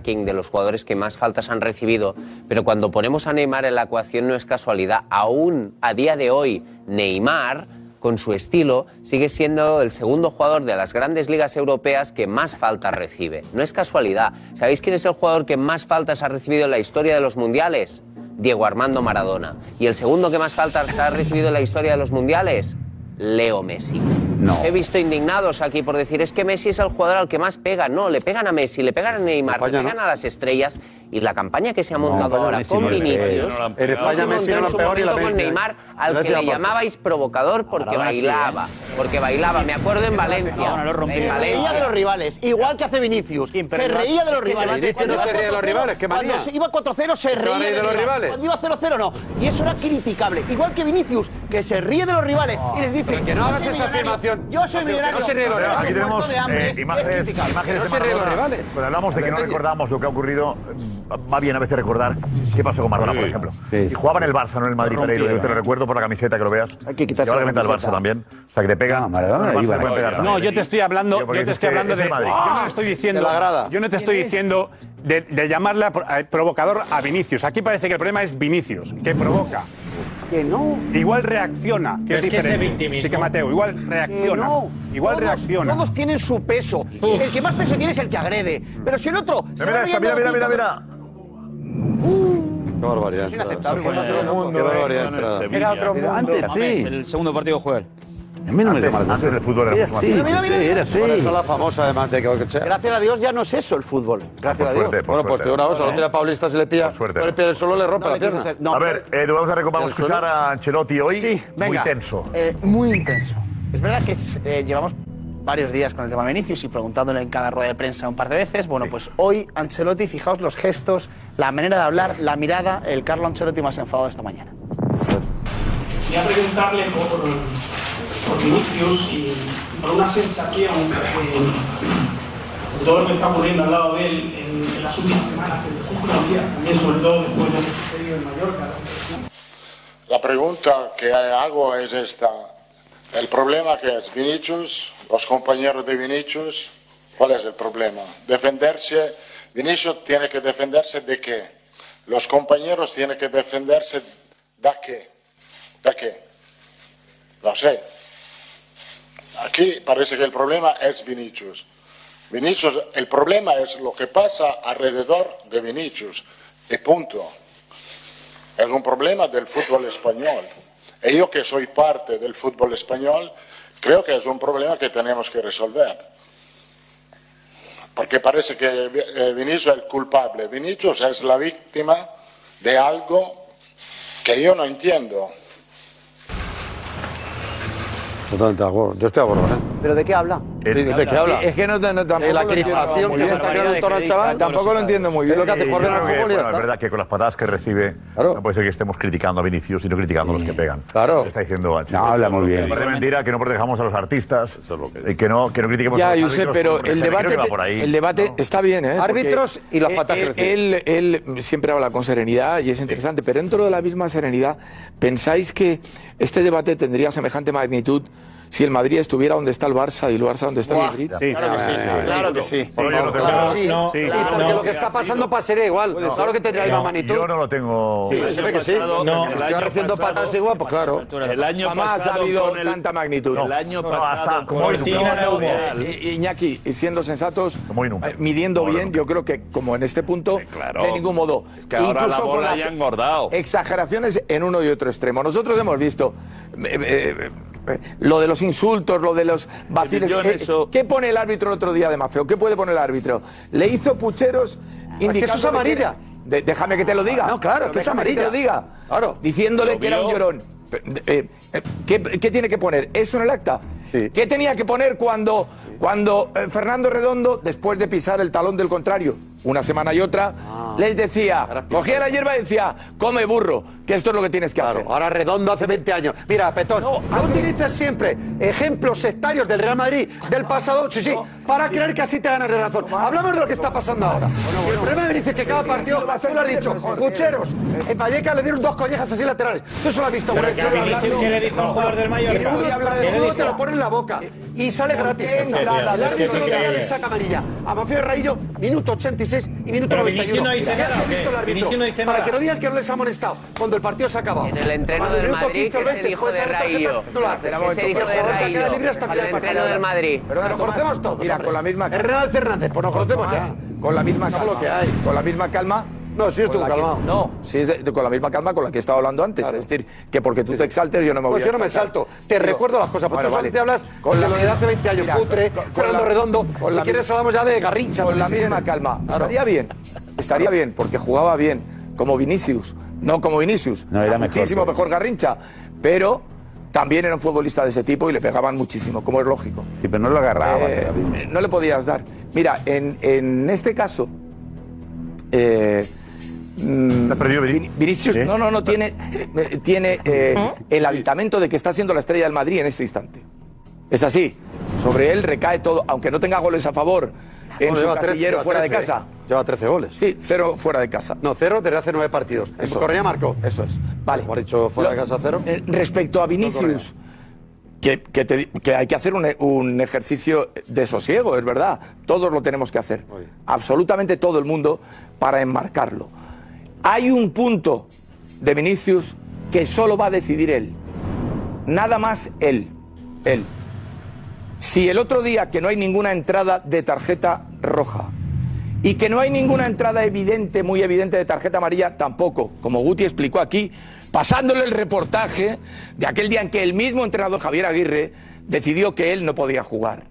ranking de los jugadores que más faltas han recibido, pero cuando ponemos a Neymar en la ecuación no es casualidad. Aún a día de hoy, Neymar, con su estilo, sigue siendo el segundo jugador de las grandes ligas europeas que más faltas recibe. No es casualidad. ¿Sabéis quién es el jugador que más faltas ha recibido en la historia de los mundiales? Diego Armando Maradona. Y el segundo que más faltas ha recibido en la historia de los mundiales, Leo Messi. No. He visto indignados aquí por decir, es que Messi es el jugador al que más pega. No, le pegan a Messi, le pegan a Neymar, España, le pegan ¿no? a las estrellas. Y la campaña que se ha montado España, ahora Messi con no le pega. Vinicius, No, en España, no se Messi no montó lo en su peor y la momento con Messi. Neymar, al Gracias, que le aparte. llamabais provocador porque Maradona sí, bailaba. Porque bailaba, me acuerdo en Valencia. En Se reía Valencia. de los rivales, igual que hace Vinicius. Se reía de los Es que rivales. Vinicius Cuando no se iba ríe de los cuatro cero, rivales, qué manía. Cuando se iba cuatro cero se ¿Se va a reía reír de los rivales? Cuando iba cero cero no. Y eso era criticable. Igual que Vinicius, que se ríe de los rivales y les dice... pero que no "Yo hagas soy esa millonario, afirmación. Yo soy No, millonario. no se ríe de los Pero rivales. Aquí muerto tenemos de hambre, eh, imágenes, es criticable. imágenes No de se ríe de los Maradona. rivales. Cuando hablamos de que no recordamos lo que ha ocurrido, mm, va bien a veces recordar qué pasó con Maradona, por ejemplo. Y jugaba en el Barça, no en el Madrid, Pereiro. Yo te lo recuerdo por la camiseta, que lo veas. Hay que quitarse Lleva la la camiseta del Barça camiseta. también. O sea, que te pega. Maradona el Barça iba. le puede pegar No, también. yo te estoy hablando, Porque yo te es estoy que hablando es de. el Madrid. Yo no estoy diciendo. De la grada. Yo no te estoy diciendo de, de llamarle a pro- a provocador a Vinicius. Aquí parece que el problema es Vinicius, que provoca. Que no. Igual reacciona, que Pero es es que ese diferente. victimismo. Sí, que Mateo, igual Que reacciona. no. Igual Todos- reacciona. Todos tienen su peso. El que más peso tiene es el que agrede. Pero si el otro. se Mira va esta, mira, riendo mira, de mira, ti, mira. Qué barbaridad. Es inaceptable. Qué Qué barbaridad. Era otro mundo. Antes, sí. El segundo partido juega él. A mí no me Antes, llama la antes del fútbol era Era mucho más así, Mira, mira, mira, sí, mira. era así. Por eso la famosa, además de que. Gracias a Dios ya no es eso el fútbol. Gracias a Por Dios. suerte, por Bueno, pues suerte. te digo una cosa, la otra Paulista se le pilla. Por suerte, Con el no. pie del suelo le rompe No la le quieres pierna. hacer- no, A ver, eh, vamos a, reco- vamos a ¿El escuchar suelo? a Ancelotti hoy. Sí, venga. Muy tenso. Eh, muy intenso. Es verdad que es, eh, llevamos varios días con el tema Vinicius y preguntándole en cada rueda de prensa un par de veces. Bueno, pues hoy Ancelotti, fijaos los gestos, la manera de hablar, la mirada, el Carlo Ancelotti más enfadado esta mañana. Quería preguntarle por, por Vinicius y por una sensación de todo lo que está ocurriendo al lado de él en, en las últimas semanas, en los últimos días, también sobre todo después de lo que sucedió en Mallorca. La pregunta que hago es esta. El problema que es Vinicius, los compañeros de Vinicius, ¿cuál es el problema? Defenderse, Vinicius tiene que defenderse de qué? Los compañeros tienen que defenderse de qué? ¿De qué? No sé. Aquí parece que el problema es Vinicius. Vinicius, el problema es lo que pasa alrededor de Vinicius. Y punto. Es un problema del fútbol español. Y yo que soy parte del fútbol español, creo que es un problema que tenemos que resolver. Porque parece que eh, Vinicius es el culpable. Vinicius es la víctima de algo que yo no entiendo. Totalmente de acuerdo. Yo estoy de acuerdo, ¿eh? ¿Pero de qué habla? ¿De qué habla? Es que no, no, tampoco De la lo entiendo crispación muy que bien. se está creando en torno al chaval. Tampoco lo entiendo muy bien. Es lo que hace Y jugar yo bien al creo que, fútbol y ya bueno, es está. verdad que con las patadas que recibe no puede ser que estemos criticando a Vinicius, sino criticando a los que pegan. Claro. Está diciendo Ancelotti. No, habla muy bien. Parece mentira que no protejamos a los artistas y que no, que no critiquemos a Ya, los Josep, árbitros, pero porque el creo debate, que va por ahí, el debate está bien, ¿eh? Árbitros Porque y las él- patas que él, reciben. él, él siempre habla con serenidad y es interesante, pero dentro de la misma serenidad, ¿pensáis que este debate tendría semejante magnitud si el Madrid estuviera donde está el Barça y el Barça donde está el Madrid? Sí, Claro que sí, claro que sí. Bueno, yo no tengo- Claro, sí, No, sí, sí, porque no. lo que está pasando pasaría igual. Claro que tendría la misma magnitud. Yo no lo tengo. Sí, se ve que sí. No, el Estoy año recibiendo pasado- patas igual, pues claro. El año Jamás pasado ha habido con el- tanta magnitud. El año No, pasado hasta con como el Cortina Real. Eh, I- Iñaki, y siendo sensatos, Como hoy nunca. eh, midiendo Ahora bien, nunca. yo creo que como en este punto, claro. de ningún modo. que ahora la bola con ya ha engordado. exageraciones en uno y otro extremo. Nosotros hemos visto eh, eh, eh, lo de los insultos, lo de los vaciles. Yo en Eh, eso- ¿Qué pone el árbitro el otro día de Mafeo? ¿Qué puede poner el árbitro? Le hizo pucheros indicando que eso es amarilla. De- déjame que te lo diga. No, claro, Pero que eso es déjame que te amarilla. lo diga. Claro. Diciéndole ¿Lo que era un vio? llorón. Eh, eh, ¿qué, qué tiene que poner? ¿Eso en el acta? ¿Qué tenía que poner cuando, cuando eh, Fernando Redondo, después de pisar el talón del contrario, una semana y otra, les decía, cogía la hierba y decía, come burro, que esto es lo que tienes que hacer? Ahora Redondo hace veinte años. Mira, Petón, no, utilizas siempre ejemplos sectarios del Real Madrid del pasado, sí, sí, para creer que así te ganas de razón. Hablamos de lo que está pasando ahora. Y el problema de Vinicius es que cada partido, tú lo has dicho, pucheros. En Vallecas le dieron dos collejas así laterales. Tú eso lo has visto. Pero con el que a Cholo Vinicius, hablando. ¿qué le dijo al jugador del Mallorca? Y tú hablas ¿Qué de le fútbol, dijo? te lo pone en la boca. Y sale gratis. nada, El árbitro lo que le saca amarilla. A Mafeo Raillo, minuto ochenta y seis y minuto Pero noventa y uno. Vinicius no dice ¿Qué nada, has ¿o qué? visto el árbitro? Vinicius no dice Para nada. que no digan que no les ha amonestado cuando el partido se ha acabado. En el entreno Cuando el del minuto Madrid, quince o ¿qué se veinte dijo puede de salir tarjeta, Raillo? no lo hace. ¿Qué se Pero dijo el de jugador se queda Raillo? libre hasta el Al final del entreno partido. del Madrid. Pero nos conocemos todos. Mira, hombre. con la misma Hernán Fernández, pues nos conocemos ya. Con la misma Sabemos calma. lo que hay. Con la misma calma. No, sí estuvo con la que- calmado. No, sí es de- de- con la misma calma con la que estaba hablando antes. Es decir, que porque tú te exaltes yo no me voy Pues a yo no me exaltar. salto. Te Digo, recuerdo las cosas. Porque bueno, tú vale. solamente hablas Con de la lo de hace veinte años. Mira, Futre, con- con Fernando la- Redondo. con Si la quieres hablamos ya de Garrincha. Con la también, misma si quieres. calma. Claro. Estaría bien. Estaría bien, porque jugaba bien. Como Vinicius. No como Vinicius. No, era mejor, muchísimo pero- mejor Garrincha. Pero también era un futbolista de ese tipo y le pegaban muchísimo, como es lógico. Sí, pero no lo agarraba. Eh, David. no le podías dar. Mira, en, en este caso. Eh, mm, Vin- Vinicius, ¿Sí? no, no, no, tiene, eh, tiene eh, el aditamento de que está siendo la estrella del Madrid en este instante. Es así. Sobre él recae todo, aunque no tenga goles a favor en Bueno, su lleva trece, casillero lleva fuera de trece, casa. ¿eh? Lleva trece goles. Sí, cero fuera de casa. No, cero desde hace nueve partidos. Eso. Correa marcó. Eso es. Vale. Como ha dicho, fuera Lo- de casa cero. eh, respecto a Vinicius, que, que te di- que hay que hacer un, un ejercicio de sosiego, es verdad. Todos lo tenemos que hacer. Absolutamente todo el mundo para enmarcarlo. Hay un punto de Vinicius que solo va a decidir él. Nada más él. Él. Si el otro día que no hay ninguna entrada de tarjeta roja y que no hay ninguna entrada evidente, muy evidente de tarjeta amarilla tampoco, como Guti explicó aquí, pasándole el reportaje de aquel día en que el mismo entrenador Javier Aguirre decidió que él no podía jugar.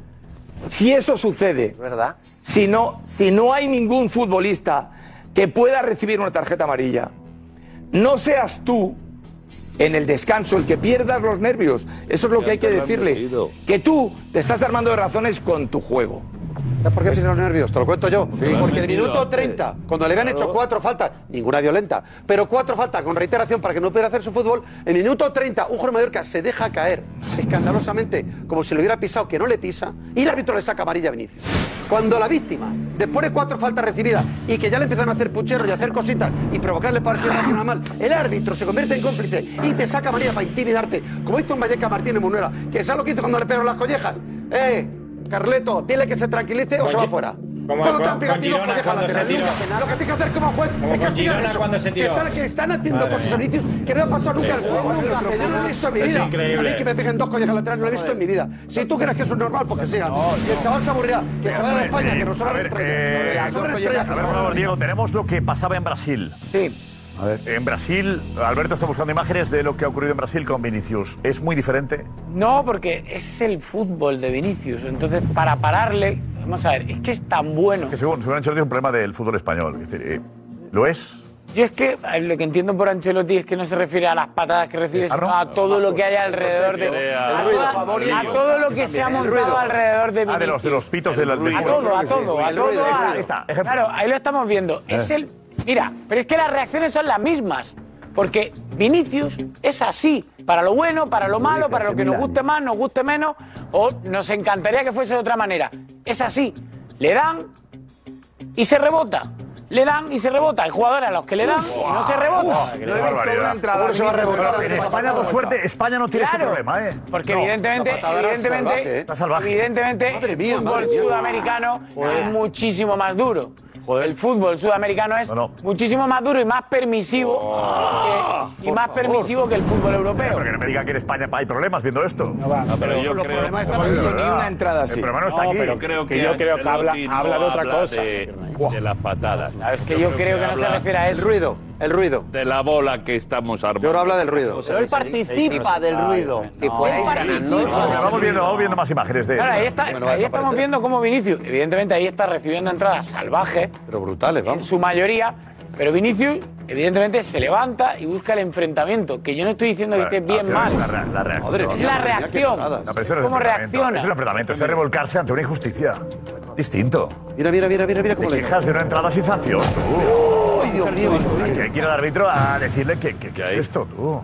Si eso sucede, ¿verdad? Si no, si no hay ningún futbolista que pueda recibir una tarjeta amarilla, no seas tú en el descanso el que pierdas los nervios. Eso es lo que hay que decirle. Que tú te estás armando de razones con tu juego. ¿Sabes por qué tiene los nervios? Te lo cuento yo. Sí. Porque el Metido minuto antes. treinta, cuando le habían hecho cuatro faltas, ninguna violenta, pero cuatro faltas con reiteración para que no pudiera hacer su fútbol, en el minuto treinta, un jugador de Mallorca se deja caer escandalosamente, como si lo hubiera pisado, que no le pisa, y el árbitro le saca amarilla a Vinicius. Cuando la víctima, después de cuatro faltas recibidas y que ya le empiezan a hacer pucheros y a hacer cositas y provocarle para si reacciona mal, el árbitro se convierte en cómplice y te saca amarilla para intimidarte, como hizo en Valleca Martínez Munuera, que ¿sabes lo que hizo cuando le pegaron las collejas? ¡Eh! Carleto, dile que se tranquilice o se va fuera. Como Todo con- tan pegativo, con Girona colleja cuando lateral. se tiró. Lo que tienes que hacer como juez Como es con castigar Girona eso. cuando se Que tiró. están, que están haciendo Madre cosas a mía. Vinicius que no ha pasado nunca en el juego. Madre Nunca, que yo no lo he visto en mi Es vida. increíble. A mí que me peguen dos collejas laterales no lo he visto en mi vida. Si tú crees que eso es normal, pues que sigan. Que el chaval se aburrirá, que se vaya de España, que nos sobran estrellas. Eh, Nos sobran estrellas. a ver, por favor, Diego, tenemos lo que pasaba en Brasil. Sí. A ver. En Brasil, Alberto está buscando imágenes de lo que ha ocurrido en Brasil con Vinicius. ¿Es muy diferente? No, porque es el fútbol de Vinicius. Entonces, para pararle, vamos a ver, es que es tan bueno. Que según, según Ancelotti es un problema del fútbol español. Es decir, eh, ¿lo es? Yo es que eh, lo que entiendo por Ancelotti es que no se refiere a las patadas que recibe, Ah, ¿no? sino a todo lo que hay alrededor de. A A, toda- a todo lo que se ha montado alrededor de Vinicius. Ah, de los, de los pitos del A todo, a todo, a todo. a- Ahí está, ejemplo. Claro, ahí lo estamos viendo. Es Eh. el. Mira, pero es que las reacciones son las mismas. Porque Vinicius es así, para lo bueno, para lo malo, para lo que nos guste más, nos guste menos, o nos encantaría que fuese de otra manera. Es así. Le dan y se rebota. Le dan y se rebota. Hay jugadores a los que le dan y no se rebota. Qué barbaridad. ¿Cómo se va a rebotar? En España, por suerte, España no tiene este Claro, problema, ¿eh? Porque No. evidentemente, Esa patada era evidentemente, salvaje, ¿eh? Está salvaje. evidentemente Madre el mía, fútbol madre mía. sudamericano Joder. es muchísimo más duro. El fútbol sudamericano es muchísimo más duro y más permisivo que- y más permisivo que el fútbol europeo. Porque no me diga que en España hay problemas viendo esto. No, pero yo los creo- problemas no están he visto aquí. ni una entrada así. El problema no está No, aquí. pero creo que, yo creo que habla- Ancelotti habla de no otra habla cosa. De, de las patadas. Es que yo creo que no se refiere a eso. El ruido, el ruido. De la bola que estamos armando. Yo habla del ruido. Pero él participa del ruido. Si fuerais ganando. Bueno, vamos viendo, vamos viendo más imágenes de. Claro, ahí, está, Bueno, va a ahí estamos desaparecer. viendo cómo Vinicius, evidentemente ahí está recibiendo entradas salvajes, pero brutales, en su mayoría, pero Vinicius evidentemente se levanta y busca el enfrentamiento, que yo no estoy diciendo que esté bien mal. La, re- la reacción. Madre Es mía, la madre mía, qué reacción. patadas. No, pero eso no es ¿Cómo enfrentamiento. reacciona? Es un enfrentamiento, es de revolcarse ante una injusticia. Distinto. Mira, mira, mira, mira, mira cómo Te le quejas de una entrada sin sanción, tú. Ay, Dios mío, Dios mío. Hay que hay que ir al árbitro a decirle que, que, que es esto, tú.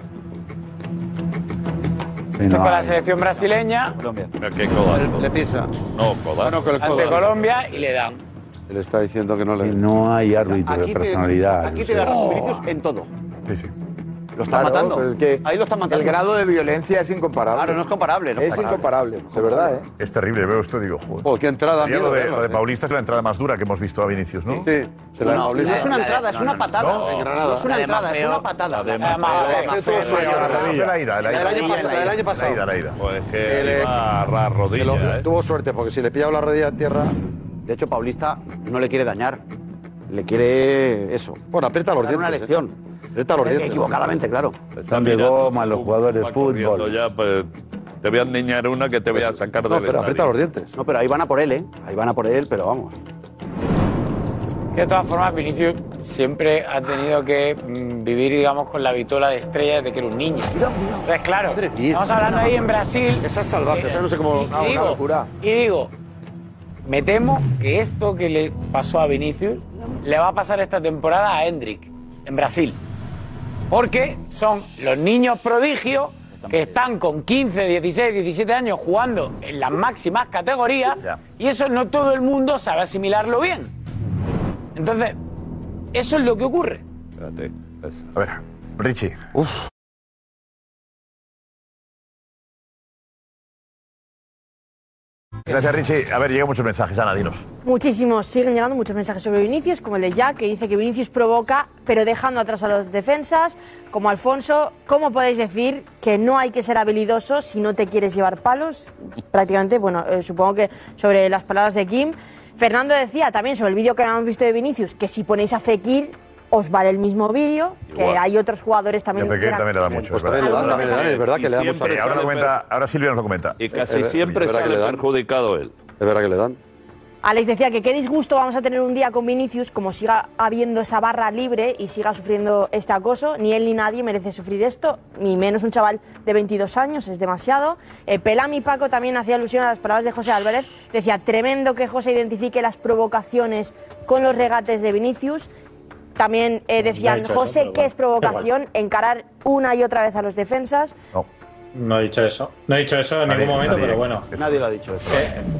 Esto con la selección brasileña ¿Qué codazo? Le pisa. No, codazo. con el ante codo. Colombia y le dan. Le está diciendo que no le. No hay árbitro de Aquí te- personalidad. Aquí o tiene sea. razón Vinicius en todo. Sí, sí. Lo están Claro, matando. pero es que Ahí lo están matando. El grado de violencia es incomparable. Claro, no es comparable. no Es incomparable, de verdad, ¿eh? Es terrible, veo esto y digo, joder. Oh, qué entrada. Sería miedo lo de, verlas, lo de eh. Paulista es la entrada más dura que hemos visto a Vinicius, ¿no? Sí, se la No, Paulista. no es una entrada, es una patada. No, en Granada. No es una La de entrada, es Mafeo, una patada. la de Además, Mafeo. Mafeo tuvo suerte. De la ida, de la La del ida. año pasado, la del año pasado. La ida, la ida. Pues que El, eh, iba a ras Que rodilla, lo- ¿eh? Tuvo suerte, porque si le pillaba la rodilla en tierra. De hecho, Paulista no le quiere dañar. le quiere eso. Bueno, aprieta los Dar dientes. una ¿eh? lección. Aprieta los Eh, dientes. Equivocadamente, claro. Están de goma los jugadores de fútbol. Ya, pues, te voy a endiñar una que te voy a sacar No, del pero aprieta estadio. los dientes. No, pero ahí van a por él, ¿eh? Ahí van a por él, pero vamos. Que de todas formas, Vinicius siempre ha tenido que mm, vivir, digamos, con la vitola de estrella desde que era un niño. Entonces, claro, estamos hablando ahí en Brasil. Esa es salvaje, esa no sé cómo. Y, una- y una digo, locura. y digo, me temo que esto que le pasó a Vinicius le va a pasar esta temporada a Hendrik en Brasil. Porque son los niños prodigios que están con quince, dieciséis, diecisiete años jugando en las máximas categorías y eso no todo el mundo sabe asimilarlo bien. Entonces, eso es lo que ocurre. Espérate. eso. A ver, Richie. Uf. Gracias, Richie. A ver, llegan muchos mensajes. Ana, dinos. Muchísimos, siguen llegando muchos mensajes sobre Vinicius, como el de Jack, que dice que Vinicius provoca, pero dejando atrás a los defensas, como Alfonso. ¿Cómo podéis decir que no hay que ser habilidoso si no te quieres llevar palos? Prácticamente, bueno, eh, supongo que sobre las palabras de Kim. Fernando decía también sobre el vídeo que habíamos visto de Vinicius, que si ponéis a Fekir, os vale el mismo vídeo, que Igual. hay otros jugadores también. Y a Fekir que también le da mucho. Pues es verdad. también le da, también le da, es verdad que le da mucho. Eh, ahora, lo comenta, ahora Silvia nos lo comenta. Y casi Es- siempre es verdad que sale le dan. perjudicado él. Es verdad que le dan. Alex decía que qué disgusto vamos a tener un día con Vinicius, como siga habiendo esa barra libre y siga sufriendo este acoso. Ni él ni nadie merece sufrir esto, ni menos un chaval de veintidós años, es demasiado. Eh, Pelami Paco también hacía alusión a las palabras de José Álvarez. Decía, tremendo que José identifique las provocaciones con los regates de Vinicius. También eh, decían, dicho eso, José, pero ¿qué bueno, es provocación? Encarar una y otra vez a los defensas. No. No he dicho eso. No he dicho eso en Nadie- ningún momento, nadie- pero bueno. Nadie lo ha dicho eso.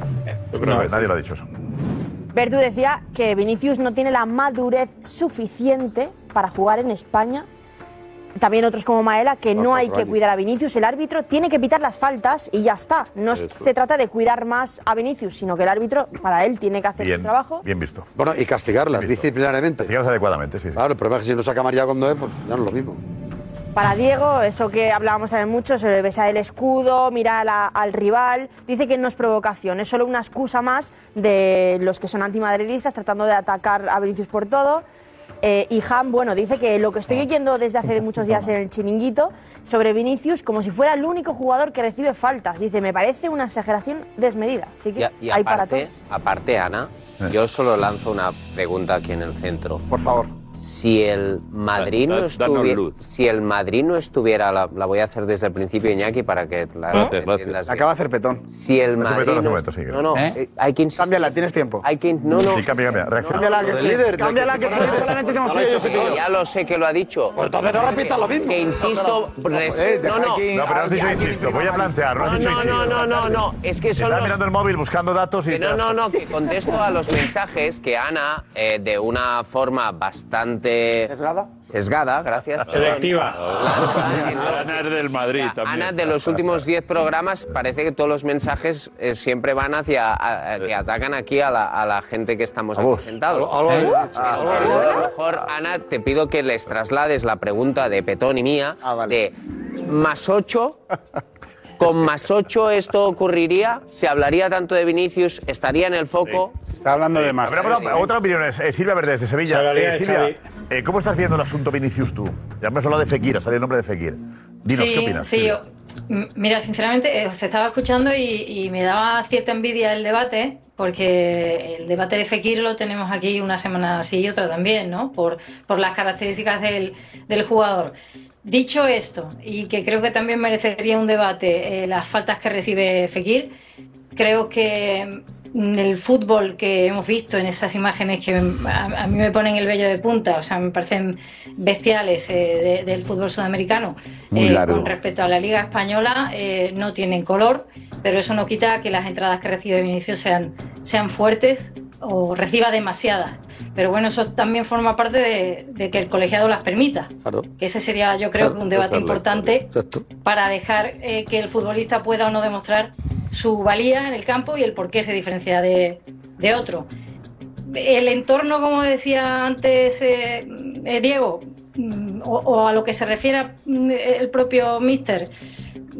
Yo creo que nadie lo ha dicho eso. Bertu decía que Vinicius no tiene la madurez suficiente para jugar en España. También otros como Maela, que no hay que cuidar a Vinicius. El árbitro tiene que pitar las faltas y ya está. No Eso. se trata de cuidar más a Vinicius, sino que el árbitro, para él, tiene que hacer Bien, su trabajo. bien visto. Bueno, y castigarlas disciplinariamente. Castigarlas adecuadamente, sí, sí. Claro, el problema es que si no saca amarilla cuando es, pues ya no es lo mismo. Para Diego, eso que hablábamos también mucho, sobre besar el escudo, mirar a la- al rival, dice que no es provocación, es solo una excusa más de los que son antimadridistas tratando de atacar a Vinicius por todo. Eh, y Han, bueno, dice que lo que estoy oyendo desde hace muchos días en el chiringuito sobre Vinicius, como si fuera el único jugador que recibe faltas. Dice, me parece una exageración desmedida. Así que Y, y hay para todo. aparte, aparte, Ana, yo solo lanzo una pregunta aquí en el centro. Por favor. Si el Madrid Da- no da- danos estuviera, luz. si el Madrid no estuviera, la, la voy a hacer desde el principio, Iñaki, para que la Gracias, entiendas gracias. bien. Acaba de hacer petón. Si el Hace Madrid petón, hace no, petón, sí, no, no, ¿Eh? eh, hay que insistir. Cámbiala, tienes tiempo. Hay que no, no. Sí, cambia, cambia. Reacciona. Cámbiala, que, Lo del líder, cámbiala, que que- solamente tenemos lo ha que hecho yo Cepillo. Ya lo sé que lo ha dicho. Pues entonces no repitas lo mismo. Que insisto, res- Eh, deja no, no. aquí- No, pero no has dicho insisto. Voy a plantear, no has No, dicho no, insisto. no, no, no, no. Es que son Estás los- mirando el móvil buscando datos y... Que te no, has- no, no, que contesto a los mensajes que Ana, eh, de una forma bastante... ¿Sesgada? Sesgada, gracias. Selectiva. Ana es del Madrid también. Ana, de los últimos diez programas, parece que todos los mensajes eh, siempre van hacia... a- a- que atacan aquí a la, a la gente que estamos aquí sentados. Algo- algo ¿Eh? habéis dicho. A lo mejor, Ana, te pido que les traslades la pregunta de Petón y mía de más ocho... ¿Con más ocho esto ocurriría? ¿Se hablaría tanto de Vinicius? ¿Estaría en el foco? Se está hablando de más. Habrá otra, otra opinión. Es, eh, Silvia Verdes, de Sevilla. Hablaría Eh, de Silvia, Xavi. eh, ¿cómo estás viendo el asunto Vinicius tú? Ya me has hablado de Fekir, ha salido el nombre de Fekir. Dinos, sí, ¿qué opinas? sí, Silvia? yo- m- mira, sinceramente, eh, os estaba escuchando y, y me daba cierta envidia el debate, porque el debate de Fekir lo tenemos aquí una semana así y otra también, ¿no? Por, por las características del, del jugador. Dicho esto, y que creo que también merecería un debate, eh, las faltas que recibe Fekir, creo que mm, el fútbol que hemos visto en esas imágenes que a, a mí me ponen el vello de punta, o sea, me parecen bestiales eh, de- del fútbol sudamericano, Muy eh, largo. con respecto a la Liga Española, eh, no tienen color, pero eso no quita que las entradas que recibe Vinicius sean, sean fuertes o reciba demasiadas. Pero bueno, eso también forma parte de, de que el colegiado las permita. Claro. Que ese sería, yo creo, que un debate Esa es la importante Exacto. para dejar eh, que el futbolista pueda o no demostrar su valía en el campo y el por qué se diferencia de, de otro. El entorno, como decía antes eh, eh, Diego, mm, o, o a lo que se refiere mm, el propio míster,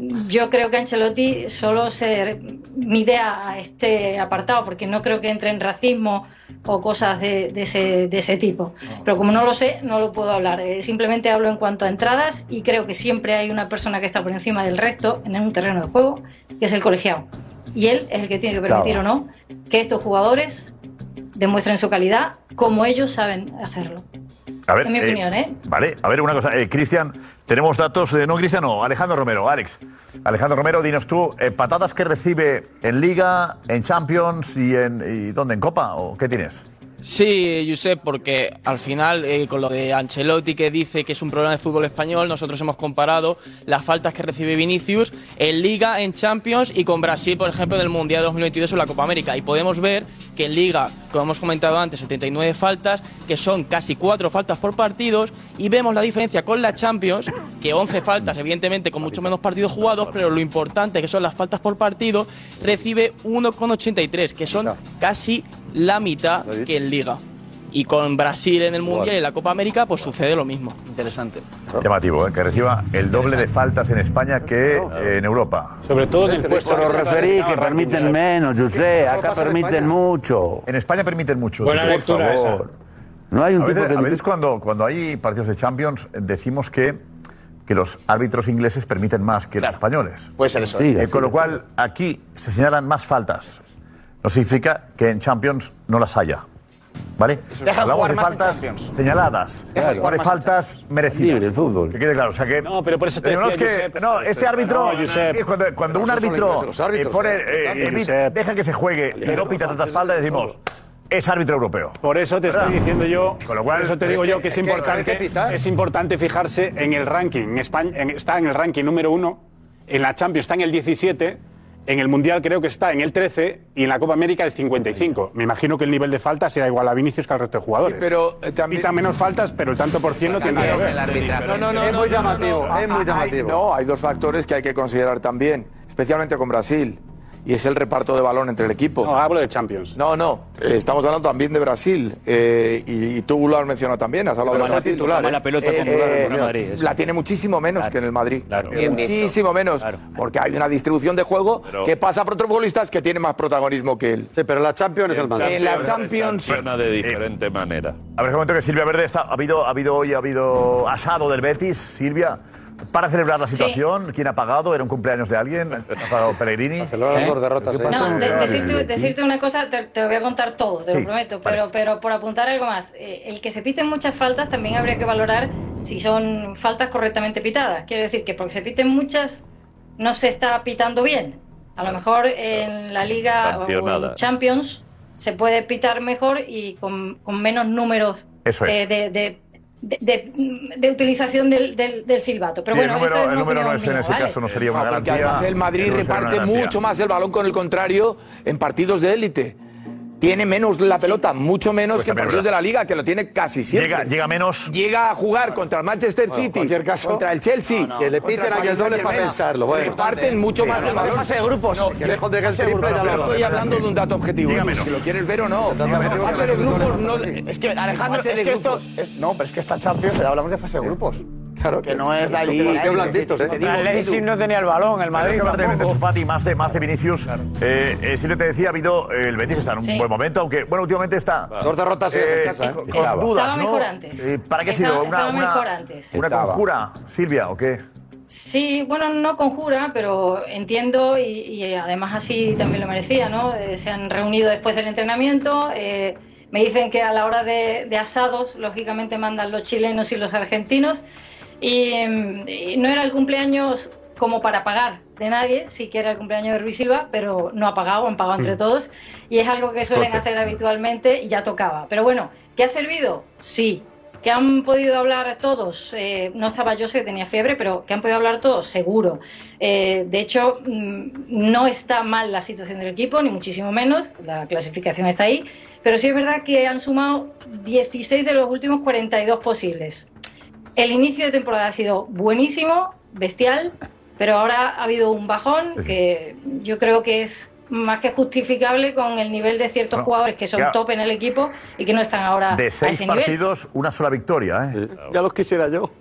yo creo que Ancelotti solo se mide a este apartado, porque no creo que entre en racismo o cosas de, de, ese, de ese tipo. Pero como no lo sé, no lo puedo hablar. Eh, simplemente hablo en cuanto a entradas y creo que siempre hay una persona que está por encima del resto en un terreno de juego, que es el colegiado. Y él es el que tiene que permitir claro. o no que estos jugadores demuestren su calidad como ellos saben hacerlo. A ver, en mi eh, opinión, ¿eh? Vale, a ver una cosa. Eh, Cristian, tenemos datos de... No, Cristian, no. Alejandro Romero. Alex. Alejandro Romero, dinos tú, eh, ¿patadas que recibe en Liga, en Champions y en... Y ¿dónde? ¿En Copa? ¿O qué tienes? Sí, Josep, porque al final, eh, con lo de Ancelotti que dice que es un problema de fútbol español, nosotros hemos comparado las faltas que recibe Vinicius en Liga, en Champions y con Brasil, por ejemplo, en el Mundial dos mil veintidós o la Copa América. Y podemos ver que en Liga, como hemos comentado antes, setenta y nueve faltas, que son casi cuatro faltas por partidos, y vemos la diferencia con la Champions, que once faltas, evidentemente, con mucho menos partidos jugados, pero lo importante que son las faltas por partido, recibe uno coma ochenta y tres, que son casi la mitad que en Liga. Y con Brasil en el Mundial y en la Copa América, pues sucede lo mismo. Interesante. Llamativo, ¿eh? Que reciba el doble de faltas en España que eh, en Europa. Sobre todo en el puesto. Pero referí que permiten menos, José. Acá permiten mucho. En España permiten mucho. Buena por lectura favor. esa. No hay un a tipo veces, que... a veces cuando, cuando hay partidos de Champions decimos que, que los árbitros ingleses permiten más que Claro. los españoles. Puede ser eso. Eh, ¿eh? con lo cual, aquí se señalan más faltas. No significa que en Champions no las haya. ¿Vale? Deja Hablamos jugar de más en faltas Champions. señaladas, Deja no jugar de más en faltas merecidas. Libre el fútbol. Que quede claro. O sea que, No, pero por eso te Digo, no, es decía, que, Josep, no, este árbitro, no, Josep. eh, cuando, cuando un Pero no son árbitro ingleses los árbitros, eh, pone, eh, eh, los evi- Josep. deja que se juegue y no pita tantas faltas, decimos, es árbitro europeo. Por eso te estoy ¿Verdad? diciendo yo, Con lo cual, por eso te digo es yo que- que es es que- importante, hay que pitar. es importante fijarse en el ranking. En España en- está en el ranking número uno, en la Champions está en el diecisiete, en el Mundial creo que está en el trece y en la Copa América el cincuenta y cinco. Me imagino que el nivel de faltas será igual a Vinicius que al resto de jugadores. Sí, pero, eh, también- Pitan menos faltas, pero el tanto por cien no tiene nada que ver. No, no, no, Es no, muy no, llamativo, no, no. es muy Hay- llamativo. No, hay dos factores que hay que considerar también, especialmente con Brasil, y es el reparto de balón entre el equipo. No, hablo de Champions. No, no, eh, estamos hablando también de Brasil, eh, y, y tú lo has mencionado también, has hablado La de mala Brasil. titular, la mala pelota con el Real Madrid, eso. La tiene muchísimo menos que en el Madrid. Claro. Bien visto. Muchísimo menos, porque hay una distribución de juego Pero- que pasa por otros futbolistas que tienen más protagonismo que él. Sí, pero la Champions es el Madrid. En la Champions- Funciona de diferente manera. A ver, un momento que Silvia Verde está. Ha habido, ha habido hoy ha habido asado del Betis, Silvia. Para celebrar la situación, ¿quién ha pagado? ¿Era un cumpleaños de alguien? ¿Ha pagado Pellegrini? Barcelona las dos derrotas. ¿Qué ¿eh? pasa? No, de- Eh, decirte, decirte una cosa, te, te lo voy a contar todo, te Sí, lo prometo, vale. pero, pero por apuntar algo más, eh, el que se piten muchas faltas también habría que valorar si son faltas correctamente pitadas. Quiero decir que porque se piten muchas no se está pitando bien. A lo mejor en la Liga o en Sancionadas. Champions se puede pitar mejor y con, con menos números Eso es. eh, de, de, de, de- de utilización del, del, del silbato. Pero Sí, bueno, el número, esto es el una número no opinión es en mía, ese ¿vale? caso, no sería una No, porque garantía. además el Madrid no sería una reparte garantía. mucho más el balón con el contrario en partidos de élite. Tiene menos la pelota, mucho menos Pues que en también partidos es de la Liga, que lo tiene casi siempre. Llega, llega menos. Llega a jugar contra el Manchester Bueno, en City, cualquier caso, contra el Chelsea, que le contra piten el aquí el Paris doble para Saint-Germain. pensarlo. Bueno. Reparten mucho más el balón. Fase de grupos. No, Que lejos de que el fase de triple grupos, ya no lo- estoy hablando de un dato objetivo. Llega Si menos. lo quieres ver o no. dato objetivo Fase que de no- grupos no. Es que, Alejandro, Fase es de que esto. grupos. es- no, pero es que esta Champions, ya hablamos de fase de grupos. Claro Que no es la Sí, Liga. qué blanditos, ¿eh? Te digo, El Leipzig no tenía el balón, el Madrid Pero que hablar de, de tampoco. Fati, más de, más de Vinicius. Eh, eh, Silvia te decía, ha habido. eh, el Betis está en un Sí. buen momento, aunque, bueno, últimamente está. Dos derrotas seguidas en casa, ¿eh? con, con Estaba. dudas, Estaba ¿no? mejor antes. Eh, ¿Para qué ha sido? Estaba- ¿Una, estaba una, mejor antes. una Estaba. conjura, Silvia, o qué? Sí, bueno, no conjura, pero entiendo y, y además así también lo merecía, ¿no? Eh, se han reunido después del entrenamiento, eh, me dicen que a la hora de, de asados, lógicamente mandan los chilenos y los argentinos, y, mm, y no era el cumpleaños como para pagar de nadie, sí que era el cumpleaños de Ruiz Silva, pero no ha pagado, han pagado entre todos, y es algo que suelen hacer habitualmente y ya tocaba. Pero bueno, ¿qué ha servido? Sí. ¿Que han podido hablar todos? Eh, no estaba yo, sé que tenía fiebre, pero que han podido hablar todos, seguro. Eh, de hecho, mm, no está mal la situación del equipo, ni muchísimo menos, la clasificación está ahí, pero sí es verdad que han sumado dieciséis de los últimos cuarenta y dos posibles. El inicio de temporada ha sido buenísimo, bestial, pero ahora ha habido un bajón que yo creo que es más que justificable con el nivel de ciertos No, jugadores que son ya. top en el equipo y que no están ahora De a seis ese nivel. partidos, una sola victoria, ¿eh? Ya los quisiera yo.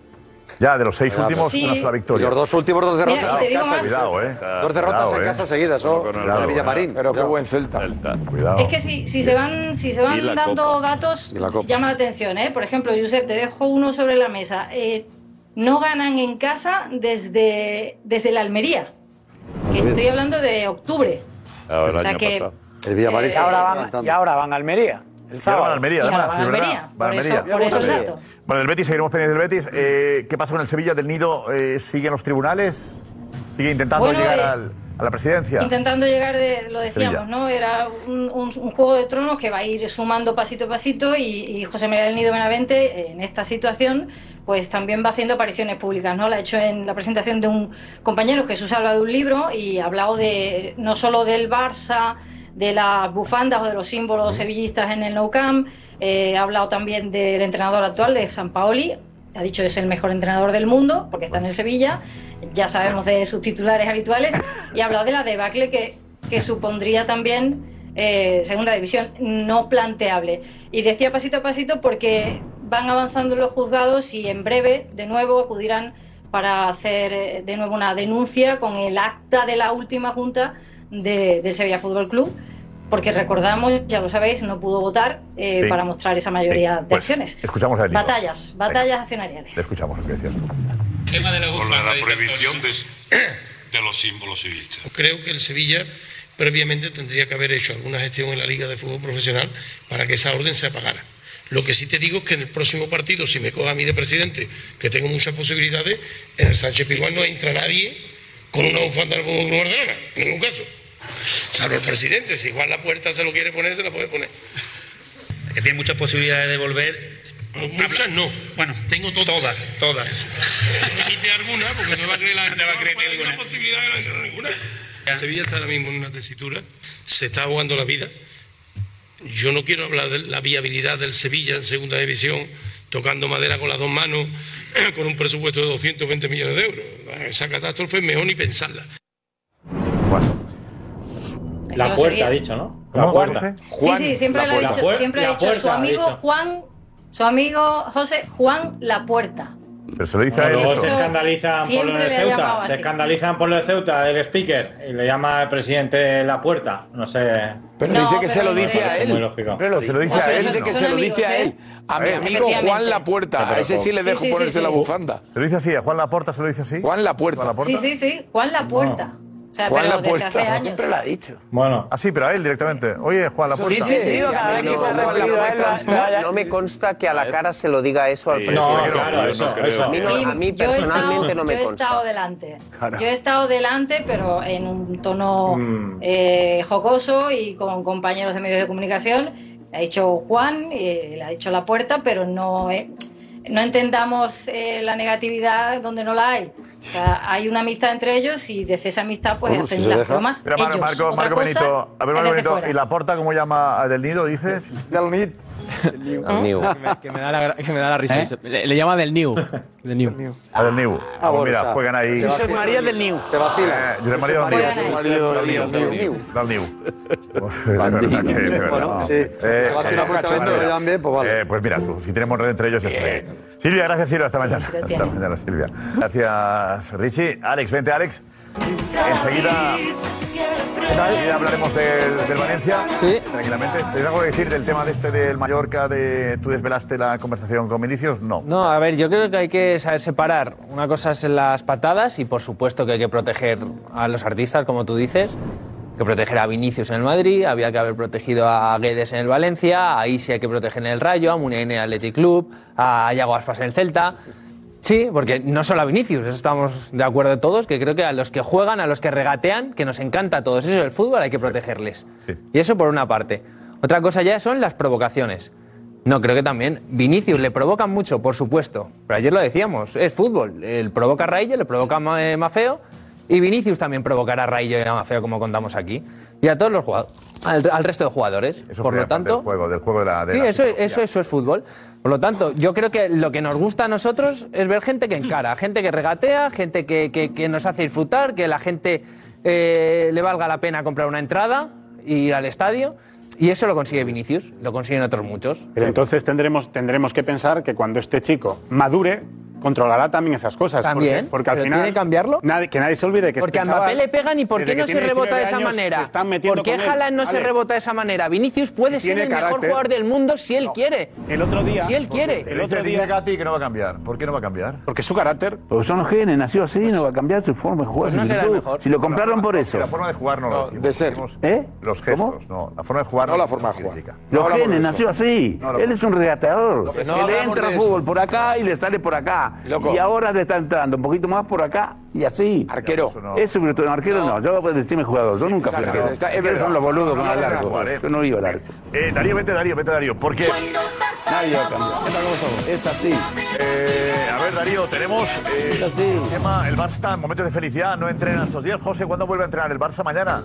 Ya, de los seis Cuidado. últimos, Sí. una sola victoria. Y los dos últimos, dos derrotas Mira, y te en digo casa. más. Cuidado, eh. Dos derrotas Cuidado, en eh. casa seguidas, ¿no? Cuidado, Con el Villamarín. Pero qué buen Celta. Cuidado. Es que si, si se van, si se Y van la dando Copa. datos, Y la Copa. llama la atención, ¿eh? Por ejemplo, Josep, te dejo uno sobre la mesa. Eh, no ganan en casa desde, desde la Almería. Que estoy hablando de octubre. Ahora, O sea año que- pasado. El Villamarín Y se ahora está van, levantando. y ahora van a Almería. El Y ahora sábado. van a Almería, Y ahora además, van sí, a ¿verdad? Almería, Van a por eso- Almería. por eso el Almería. dato. Bueno, del Betis, seguiremos pendientes del Betis. Eh, ¿Qué pasa con el Sevilla del Nido? Eh, ¿Sigue en los tribunales? ¿Sigue intentando Bueno, llegar eh, al- a la presidencia? Intentando llegar de, lo decíamos, Sevilla. ¿no? Era un, un- un juego de tronos que va a ir sumando pasito a pasito y, y José María del Nido Benavente en esta situación pues también va haciendo apariciones públicas, ¿no? La ha hecho en la presentación de un compañero, Jesús habla de un libro y ha hablado de no solo del Barça, de las bufandas o de los símbolos sevillistas en el Nou Camp, eh, ha hablado también del entrenador actual, de Sampaoli. Ha dicho que es el mejor entrenador del mundo porque está en el Sevilla, ya sabemos de sus titulares habituales, y ha hablado de la debacle que, que supondría también eh, segunda división, no planteable. Y decía pasito a pasito porque van avanzando los juzgados y en breve de nuevo acudirán para hacer eh, de nuevo una denuncia con el acta de la última junta de, del Sevilla Fútbol Club, porque recordamos, ya lo sabéis, no pudo votar eh, Sí. para mostrar esa mayoría Sí. de Pues, acciones. escuchamos a Del Nido. Batallas, batallas accionariales. Le escuchamos lo que decías. Tema de la Con la, la prohibición de, de los símbolos civilistas. Creo que el Sevilla previamente tendría que haber hecho alguna gestión en la Liga de Fútbol Profesional para que esa orden se apagara. Lo que sí te digo es que en el próximo partido, si me coja a mí de presidente, que tengo muchas posibilidades, en el Sánchez Pizjuán no entra nadie con una bufanda del Fútbol Club Barcelona, en ningún caso. Salvo el presidente, si Juan Lapuerta se lo quiere poner, se la puede poner. Que tiene muchas posibilidades de volver. Muchas no. Bueno, tengo todas. Todas, todas. No me quite alguna porque no va a creer la gente. No va a creer ninguna posibilidad que no entre ninguna. Sevilla está ahora mismo en una tesitura, se está jugando la vida. Yo no quiero hablar de la viabilidad del Sevilla en segunda división, tocando madera con las dos manos, con un presupuesto de doscientos veinte millones de euros. Esa catástrofe es mejor ni pensarla. La puerta ha dicho, ¿no? La La puerta. puerta. Sí, sí, siempre le ha puerta. dicho, siempre ha La dicho su puerta, ha amigo dicho. Juan, su amigo José Juan Lapuerta. Pero se lo dice a él. Luego eso. se escandalizan por lo Siempre de le ha llamado Ceuta. Se así. escandalizan por lo de Ceuta, el speaker, y le llama el presidente La Puerta. No sé. Pero No, dice que pero se lo no dice es. a él. Muy lógico. Pero Se lo dice No, a pero él, dice ¿no? que Son se lo amigos, dice a ¿eh? él. A mi Eh, amigo efectivamente. Juan Lapuerta. A ese sí le Sí, dejo sí, sí, ponerse sí. la bufanda. Se lo dice así, a Juan Laporta se lo dice así. Juan Lapuerta. Juan Laporta. Sí, sí, sí, Juan Lapuerta. O sea, Juan pero Lapuerta. desde hace años. Siempre lo ha dicho. Bueno. Ah, sí, pero a él directamente. Oye, Juan Laporta. Sí, sí, sí. cada vez que se ha referido a él, No, no me consta que a la cara se lo diga eso al Sí, presidente. No, yo claro, yo eso, creo. eso. A mí, no- Y a mí yo he personalmente estado- no me yo he consta. estado delante. Claro. Yo he estado delante, pero en un tono Mm. eh, jocoso y con compañeros de medios de comunicación. Le ha dicho Juan, eh, le ha dicho La Puerta, pero no, eh, no entendamos eh, la negatividad donde no la hay. O sea, hay una amistad entre ellos y desde esa amistad pues Bueno, hacen si se las deja. bromas Mira, Marco, ellos. Marco, Otra Marco cosa Benito. A ver, es Marco desde Benito. fuera. ¿Y Laporta cómo llama a Del Nido, dices? Del Nido. New. Que me, que me da la, que me da la risa. ¿Eh? Le, le llama del New. Del New. A Del Niu. Ah, bueno, Mira, o sea, juegan ahí. se va- José María del Niu. Se vacila. Eh, José María Del Juegan Niu. ahí. Del Niu. Del Niu. Del Niu. De verdad que- de verdad. Bueno, sí. Eh, Se vacila sí, mucho, maravilla. le dan bien, pues vale. Eh, pues mira, tú, si tenemos red entre ellos, ya está bien. Silvia, gracias, Silvia. Hasta mañana. sí lo Hasta tiene. mañana, Silvia. Gracias, Richie. Alex, vente, Alex. Enseguida, enseguida hablaremos del, del Valencia. Sí. Tranquilamente. ¿Tienes algo que decir del tema de este del Mallorca? De, ¿Tú desvelaste la conversación con Vinicius? No. No, a ver, yo creo que hay que saber separar. Una cosa es las patadas y por supuesto que hay que proteger a los artistas, como tú dices. Hay que proteger a Vinicius en el Madrid, había que haber protegido a Guedes en el Valencia, ahí sí hay que proteger en el Rayo, a Muniain en el Athletic Club, a Iago Aspas en el Celta. Sí, porque no solo a Vinicius, eso estamos de acuerdo todos, que creo que a los que juegan, a los que regatean, que nos encanta a todos eso del fútbol, hay que protegerles. Sí. Y eso por una parte. Otra cosa ya son las provocaciones. No, creo que también Vinicius le provocan mucho, por supuesto, pero ayer lo decíamos, es fútbol, él provoca a Raillo, le provoca a Ma- eh, Mafeo, y Vinicius también provocará a Raillo y a Mafeo, como contamos aquí, y a todos los jugadores, al, al resto de jugadores. Eso por forma lo parte tanto, del juego, del juego de la. De sí, la eso, psicología. eso, eso es fútbol. Por lo tanto, yo creo que lo que nos gusta a nosotros es ver gente que encara, gente que regatea, gente que, que, que nos hace disfrutar, que la gente eh, le valga la pena comprar una entrada e ir al estadio. Y eso lo consigue Vinicius, lo consiguen otros muchos. Pero entonces tendremos, tendremos que pensar que cuando este chico madure, controlará también esas cosas. También, Porque, porque al pero final... ¿tiene que cambiarlo? Nadie, que nadie se olvide que Porque este a Mbappé chaval, le pegan y ¿por qué desde no que se tiene rebota de diecinueve esa años, manera? se están metiendo ¿Por qué con él. Haaland no se Vale. rebota de esa manera? Vinicius puede Y ser tiene el mejor carácter. jugador del mundo si él No. quiere. El otro día... Si él quiere. El otro día Gatti que no va a cambiar. ¿Por qué no va a cambiar? Porque es su carácter. Porque son los genes, nació así, no va a cambiar su forma de jugar. Pues no su será el actitud. mejor. Si lo compraron por eso. La forma de jugar no, No, lo decimos. de ser. Decimos ¿Eh? Los gestos, no. La forma de jugar No la forma de jugar. significa. No Los hablamos de genes, eso. nació así. No, no, Él es un regateador. que no Él hablamos entra de a fútbol eso. por acá y le sale por acá. Loco. Y ahora le está entrando un poquito más por acá y así. Arquero. Eso no. Eso, pero tu arquero no. Yo puedo decirme jugador. Yo nunca fui exagero. arquero. Está- es Arqueros verdad. son los boludos No, con no, el no, arco. jugar, eh. Yo no iba al arco. Eh, Darío, vete Darío, vete Darío. Porque, Nadie va a cambiar. Es así. eh, a ver Darío, tenemos eh, Es así. el tema, el Barça está en momentos de felicidad, no entrena estos días. José, ¿cuándo vuelve a entrenar el Barça? ¿Mañana?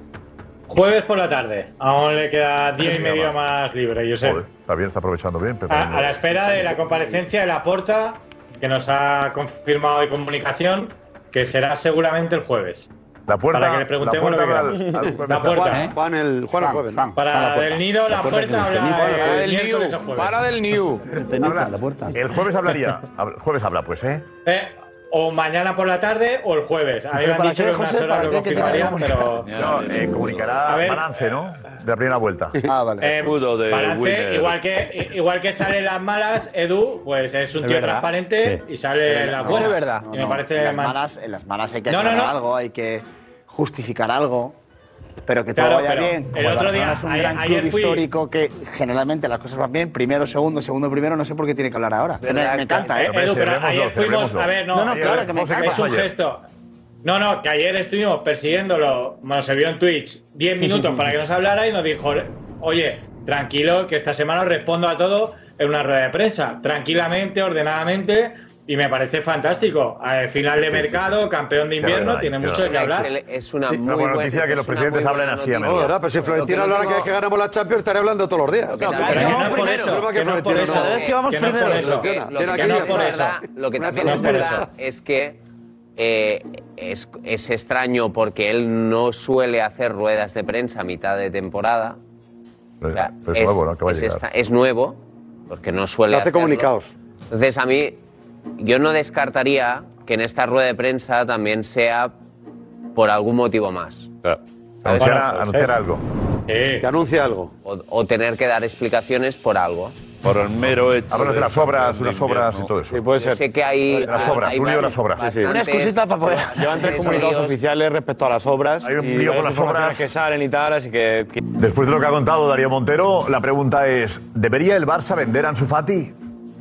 Jueves por la tarde. Aún le queda día y medio más libre, yo sé. Joder, está bien, está aprovechando bien. A, preparando. a la espera de la comparecencia de Laporta, que nos ha confirmado hoy comunicación, que será seguramente el jueves. La puerta, Para que le preguntemos la puerta lo que habla queramos. al- al jueves. La puerta. ¿eh? Juan el, Juan el jueves. ¿no? Para del nido, la puerta habla Para el del miércoles New. o jueves. Para del New. Habla. La puerta. El jueves hablaría. Hab- Jueves habla, pues, ¿eh? Eh, o mañana por la tarde o el jueves. A mí me ¿Pero han para dicho qué, que en unas José? horas ¿Para lo qué? ¿Qué te confirmarían, va a pero... No, eh, comunicará A ver. balance, ¿no? De la primera vuelta. Ah, vale. Eh, Escudo de balance, winner. igual que igual que salen las malas, Edu, pues es un Es tío verdad. transparente y sale las Eso buenas. es verdad. Y me parece en las man- malas, en las malas hay que No, no, aclarar no. algo, hay que justificar algo, pero que todo Claro, vaya pero bien. Como el otro Barcelona día, es un a- gran ayer club fui- histórico que generalmente las cosas van bien, primero, segundo, segundo, primero, no sé por qué tiene que hablar ahora. Me, Verdad me que- encanta, ¿eh? Edu, pero Celebrémoslo, ayer fuimos. celebrémoslo. A ver, no, No, no, ayer- claro que me José, ¿qué es pasó un ayer? gesto. No, no, que ayer estuvimos persiguiéndolo, bueno, se vio en Twitch diez minutos para que nos hablara y nos dijo, oye, tranquilo, que esta semana os respondo a todo en una rueda de prensa, tranquilamente, ordenadamente, y me parece fantástico. Al final de Sí, sí, mercado, sí, sí. campeón de Ya invierno, verdad, tiene ya mucho verdad. que hablar. Es una Sí, muy una buena buena- noticia que es los una presidentes muy hablen buena así a noticia. menudo. No, ¿verdad? Pero si Florentino hablara que, que ganamos la Champions, estaría hablando todos los días. Lo que No, también- pero que no vamos por primero. eso, No, que que no por Florentino eso. no. Cada vez que vamos Que no primero. por eso. Lo que, lo que Ven aquí, también es ya verdad, está. lo que Una también no es por verdad eso. es que eh, es, es extraño porque él no suele hacer ruedas de prensa a mitad de temporada. Pero O sea, es, es nuevo, ¿no? Que va a es llegar. esta- es nuevo, porque no suele Hace hacerlo. comunicados. Entonces, a mí, yo no descartaría que en esta rueda de prensa también sea por algún motivo más. Anunciar, Bueno, pues, anunciar eh. algo. Que anuncie algo. O, o tener que dar explicaciones por algo. Por el mero hecho. Háblanos de las obras, unas obras y todo eso. Sí, puede Yo ser. sé que hay. Las obras, hay un lío de varios- las obras. Sí, sí. Una bastantes- excusita para poder. Llevan tres bastantes comunicados líos. oficiales respecto a las obras. Hay un y lío con varias las informaciones obras. que salen y tal, así que. que- Después de lo que ha contado Darío Montero, la pregunta es, ¿debería el Barça vender a Ansu Fati?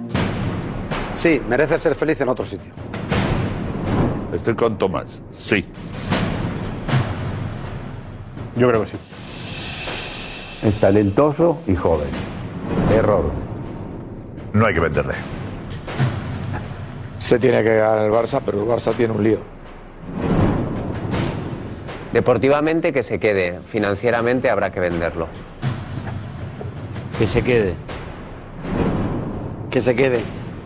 Sí, merece ser feliz en otro sitio. Estoy con Tomás. Sí. Yo creo que sí. Es talentoso y joven. Error. No hay que venderle. Se tiene que ganar el Barça, pero el Barça tiene un lío. Deportivamente que se quede, financieramente habrá que venderlo. Que se quede. Que se quede.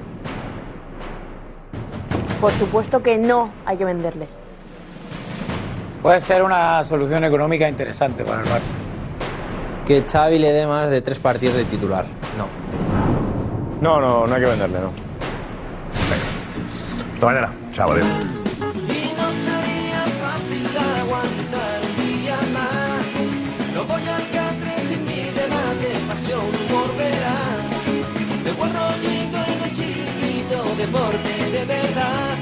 Por supuesto que no hay que venderle. Puede ser una solución económica interesante para el Barça. Que Xavi le dé más de tres partidos de titular. No. No, no, no hay que venderle, no. Hasta mañana. Chao, adiós. Y no sería fácil aguantar un día más. No voy al catre sin mi debate, pasión, humor, verás. Me voy rollito en el chiquito, deporte de verdad.